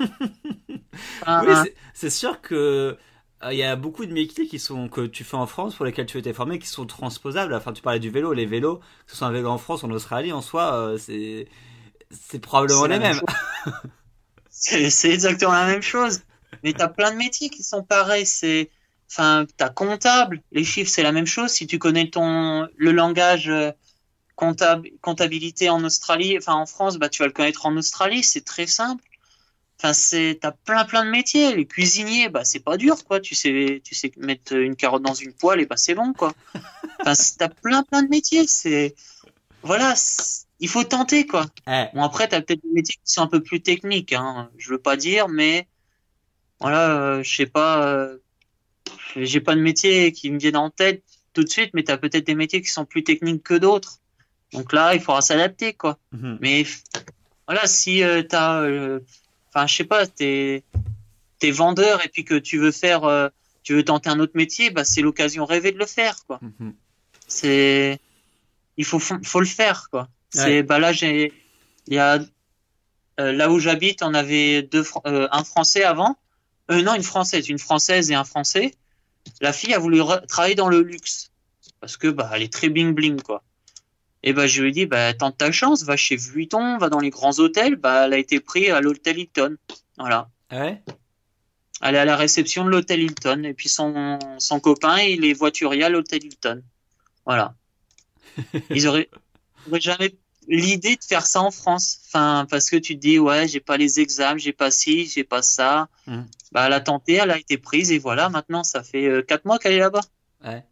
Speaker 1: Oui,
Speaker 2: Enfin,
Speaker 1: c'est, c'est sûr que euh, il y a beaucoup de métiers qui sont que tu fais en France pour lesquels tu as été formé qui sont transposables. Enfin, tu parlais du vélo, les vélos, que ce soit un vélo en France ou en Australie, en soi, euh, c'est c'est probablement
Speaker 2: c'est la
Speaker 1: les
Speaker 2: même
Speaker 1: mêmes.
Speaker 2: chose. C'est, c'est exactement la même chose. Mais t'as plein de métiers qui sont pareils. C'est, enfin, t'as comptable. Les chiffres, c'est la même chose. Si tu connais ton, le langage euh, comptable, comptabilité en Australie, enfin, en France, bah, tu vas le connaître en Australie. C'est très simple. Enfin, c'est, t'as plein, plein de métiers. Les cuisiniers, bah, c'est pas dur, quoi. Tu sais, tu sais mettre une carotte dans une poêle et bah, c'est bon, quoi. Enfin, c'est- t'as plein, plein de métiers. C'est, voilà, c'est- il faut tenter, quoi.
Speaker 1: Eh,
Speaker 2: Bon, après, t'as peut-être des métiers qui sont un peu plus techniques, hein. Je veux pas dire, mais voilà, euh, je sais pas, euh, j'ai pas de métier qui me viennent en tête tout de suite, mais t'as peut-être des métiers qui sont plus techniques que d'autres. Donc là, il faudra s'adapter, quoi.
Speaker 1: mhm.
Speaker 2: Mais f- voilà, si euh, t'as, euh, enfin, je sais pas, t'es, t'es vendeur et puis que tu veux faire, euh, tu veux tenter un autre métier, bah c'est l'occasion rêvée de le faire, quoi.
Speaker 1: Mhm.
Speaker 2: C'est, il faut, faut le faire, quoi. C'est,
Speaker 1: Ouais.
Speaker 2: bah là, j'ai, il y a, euh, là où j'habite, on avait deux, Fran- euh, un Français avant. Euh, non, une Française, une Française et un Français. La fille a voulu re- travailler dans le luxe parce que bah elle est très bling bling quoi. Et bah je lui ai dit bah tente ta chance, va chez Vuitton, va dans les grands hôtels. Bah elle a été prise à l'hôtel Hilton. Voilà.
Speaker 1: Ah ouais.
Speaker 2: Elle est à la réception de l'hôtel Hilton et puis son son copain il est voiturier à l'hôtel Hilton. Voilà. Ils auraient, ils auraient jamais l'idée de faire ça en France. Enfin parce que tu te dis ouais j'ai pas les examens, j'ai pas ci, j'ai pas ça.
Speaker 1: Hmm.
Speaker 2: Bah elle a tenté, elle a été prise et voilà maintenant ça fait euh, quatre mois qu'elle est là-bas.
Speaker 1: Ouais.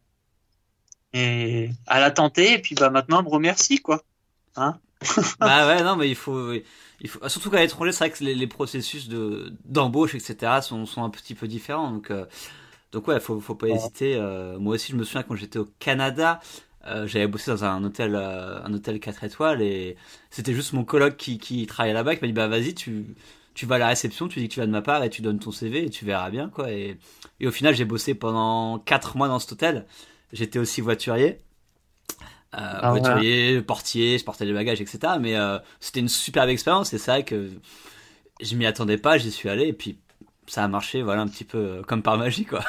Speaker 2: Et elle a tenté, et puis bah maintenant elle me remercie, quoi. Hein?
Speaker 1: Bah ouais, non, mais il faut, il faut, surtout qu'à l'étranger, c'est vrai que les, les processus de d'embauche, et cetera, sont, sont un petit peu différents. Donc, euh, donc ouais, faut, faut pas hésiter. Euh, moi aussi, je me souviens quand j'étais au Canada, euh, j'avais bossé dans un hôtel, euh, un hôtel quatre étoiles, et c'était juste mon coloc qui, qui travaillait là-bas, qui m'a dit bah vas-y, tu, tu vas à la réception, tu dis que tu vas de ma part, et tu donnes ton C V, et tu verras bien, quoi. Et, et au final, j'ai bossé pendant quatre mois dans cet hôtel. J'étais aussi voiturier. Euh,
Speaker 2: Ah, voilà.
Speaker 1: voiturier, portier, je portais les bagages, et cetera. Mais euh, c'était une superbe expérience et c'est vrai que je m'y attendais pas, j'y suis allé et puis ça a marché, voilà, un petit peu euh, comme par magie, quoi.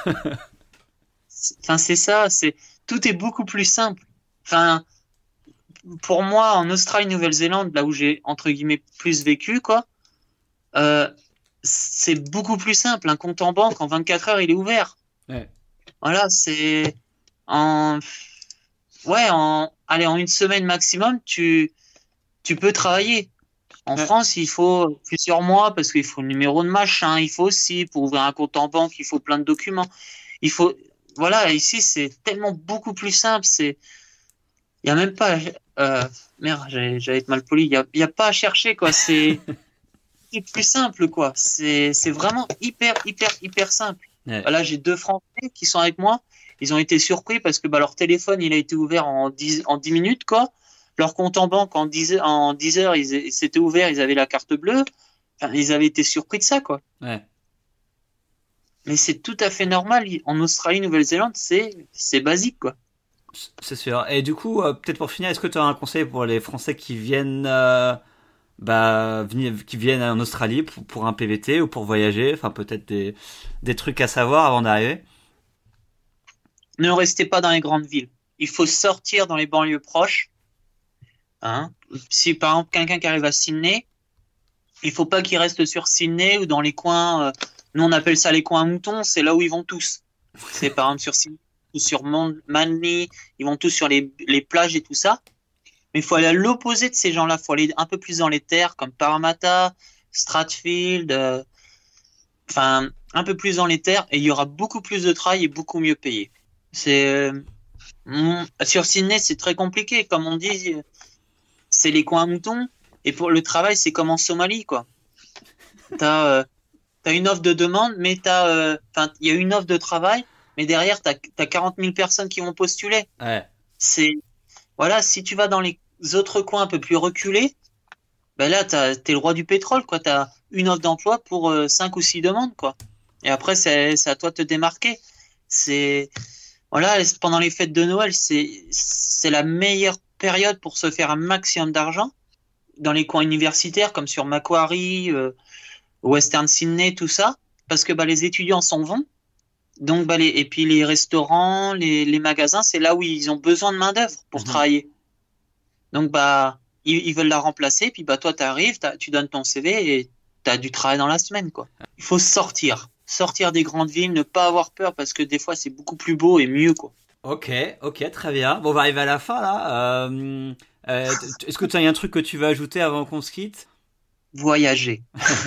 Speaker 2: Enfin, c'est ça, c'est tout est beaucoup plus simple. Enfin, pour moi, en Australie, Nouvelle-Zélande, là où j'ai entre guillemets plus vécu, quoi, euh, c'est beaucoup plus simple. Un compte en banque en vingt-quatre heures, il est ouvert.
Speaker 1: Ouais.
Speaker 2: Voilà, c'est en ouais, en allez, en une semaine maximum, tu tu peux travailler. En
Speaker 1: Ouais.
Speaker 2: France, il faut plusieurs mois parce qu'il faut le numéro de machin, il faut aussi, pour ouvrir un compte en banque, il faut plein de documents. Il faut, voilà, ici, c'est tellement beaucoup plus simple. C'est, il y a même pas, euh, merde, j'allais j'allais être mal poli. Il y a, il y a pas à chercher, quoi. C'est, c'est plus simple, quoi. C'est, c'est vraiment hyper, hyper, hyper simple.
Speaker 1: Ouais.
Speaker 2: Là, j'ai deux Français qui sont avec moi. Ils ont été surpris parce que bah, leur téléphone, il a été ouvert en dix, en dix minutes, quoi. Leur compte en banque, en dix, en dix heures, ils, ils s'étaient ouverts, ils avaient la carte bleue. Enfin, ils avaient été surpris de ça, quoi.
Speaker 1: Ouais.
Speaker 2: Mais c'est tout à fait normal. En Australie, Nouvelle-Zélande, c'est, c'est basique, quoi.
Speaker 1: C'est sûr. Et du coup, euh, peut-être pour finir, est-ce que tu as un conseil pour les Français qui viennent, euh, bah, venir- qui viennent en Australie pour, pour un P V T ou pour voyager, enfin peut-être des, des trucs à savoir avant d'arriver?
Speaker 2: Ne restez pas dans les grandes villes. Il faut sortir dans les banlieues proches. Hein. Si par exemple quelqu'un qui arrive à Sydney, il faut pas qu'il reste sur Sydney ou dans les coins. Euh, nous on appelle ça les coins à moutons. C'est là où ils vont tous. C'est par exemple sur Sydney ou sur Mon- Manly. Ils vont tous sur les, les plages et tout ça. Mais il faut aller à l'opposé de ces gens-là. Il faut aller un peu plus dans les terres comme Parramatta, Strathfield. euh, Enfin, un peu plus dans les terres et il y aura beaucoup plus de travail et beaucoup mieux payé. C'est euh, mm, sur Sydney, c'est très compliqué. Comme on dit, c'est les coins à moutons. Et pour le travail, c'est comme en Somalie, quoi. T'as euh, t'as une offre de demande, mais t'as, euh, enfin, il y a une offre de travail, mais derrière, t'as t'as quarante mille personnes qui vont postuler.
Speaker 1: Ouais.
Speaker 2: C'est voilà, si tu vas dans les autres coins un peu plus reculés, ben là, t'as, t'es le roi du pétrole, quoi. T'as une offre d'emploi pour euh, cinq ou six demandes, quoi. Et après, c'est, c'est à toi de te démarquer. C'est, voilà, pendant les fêtes de Noël, c'est, c'est la meilleure période pour se faire un maximum d'argent dans les coins universitaires, comme sur Macquarie, euh, Western Sydney, tout ça, parce que bah, les étudiants s'en vont. Donc, bah, les, et puis les restaurants, les, les magasins, c'est là où ils ont besoin de main-d'œuvre pour
Speaker 1: Mhm.
Speaker 2: travailler. Donc, bah, ils, ils veulent la remplacer, puis bah, toi, tu arrives, tu donnes ton C V et tu as du travail dans la semaine, quoi. Il faut sortir. Sortir des grandes villes, ne pas avoir peur, parce que des fois, c'est beaucoup plus beau et mieux, quoi.
Speaker 1: Ok, ok, très bien. Bon, on va arriver à la fin là. Euh, euh, t- est-ce que tu as un truc que tu veux ajouter avant qu'on se quitte?
Speaker 2: Voyager.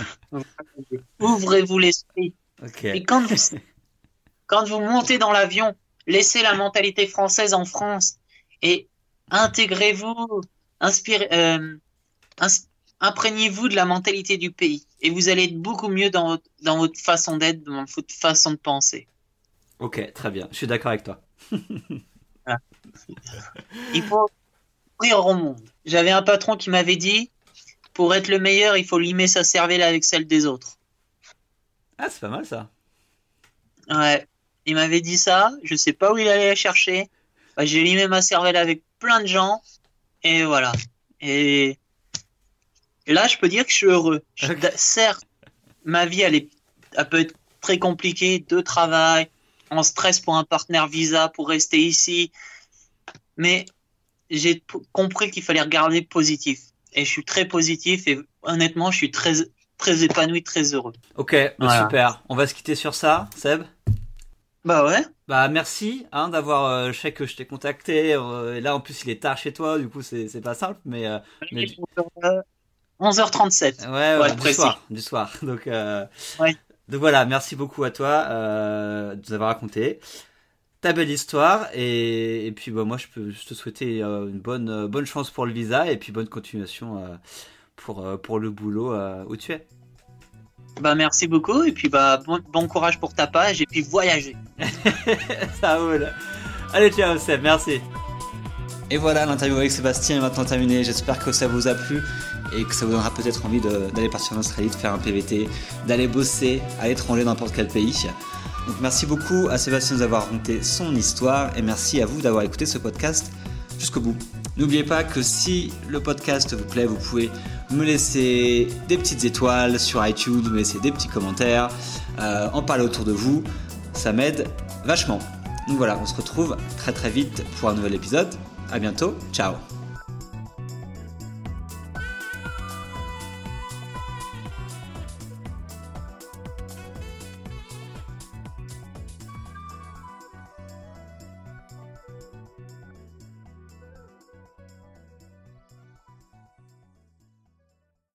Speaker 2: Ouvrez-vous l'esprit.
Speaker 1: Ok.
Speaker 2: Et quand vous, quand vous montez dans l'avion, laissez la mentalité française en France et intégrez-vous, inspirez, euh, ins- imprégnez-vous de la mentalité du pays et vous allez être beaucoup mieux dans votre, dans votre façon d'être, dans votre façon de penser.
Speaker 1: Ok, très bien. Je suis d'accord avec toi.
Speaker 2: Voilà. Il faut ouvrir au monde. J'avais un patron qui m'avait dit, pour être le meilleur, il faut limer sa cervelle avec celle des autres.
Speaker 1: Ah, c'est pas mal ça.
Speaker 2: Ouais. Il m'avait dit ça, je sais pas où il allait la chercher. Bah, j'ai limé ma cervelle avec plein de gens. Et voilà. Et, et là, je peux dire que je suis heureux. Je, certes, ma vie, elle, est, elle peut être très compliquée, de travail, en stress pour un partenaire visa, pour rester ici. Mais j'ai p- compris qu'il fallait regarder positif. Et je suis très positif et honnêtement, je suis très, très épanoui, très heureux.
Speaker 1: Ok, bah
Speaker 2: Voilà.
Speaker 1: super. On va se quitter sur ça, Seb.
Speaker 2: Bah ouais.
Speaker 1: Bah merci hein, d'avoir. Euh, je sais que je t'ai contacté. Euh, et là en plus il est tard chez toi, du coup c'est c'est pas simple, mais euh, mais
Speaker 2: onze heures trente-sept.
Speaker 1: ouais,
Speaker 2: Ouais,
Speaker 1: ouais, du
Speaker 2: précis.
Speaker 1: soir, du soir. Donc euh,
Speaker 2: Ouais.
Speaker 1: donc voilà, merci beaucoup à toi euh, de nous avoir raconté ta belle histoire et, et puis bah moi je peux je te souhaiter euh, une bonne euh, bonne chance pour le visa et puis bonne continuation euh, pour euh, pour le boulot euh, où tu es.
Speaker 2: Bah merci beaucoup et puis bah bon, bon courage pour ta page et puis voyager.
Speaker 1: Ça roule. Allez ciao Seb, merci. Et voilà, l'interview avec Sébastien est maintenant terminée. J'espère que ça vous a plu et que ça vous donnera peut-être envie de, d'aller partir en Australie, de faire un P V T, d'aller bosser à l'étranger dans n'importe quel pays. Donc merci beaucoup à Sébastien de nous avoir raconté son histoire et merci à vous d'avoir écouté ce podcast jusqu'au bout. N'oubliez pas que si le podcast vous plaît, vous pouvez me laisser des petites étoiles sur iTunes, me laisser des petits commentaires, euh, en parler autour de vous, ça m'aide vachement. Donc voilà, on se retrouve très très vite pour un nouvel épisode. À bientôt, ciao.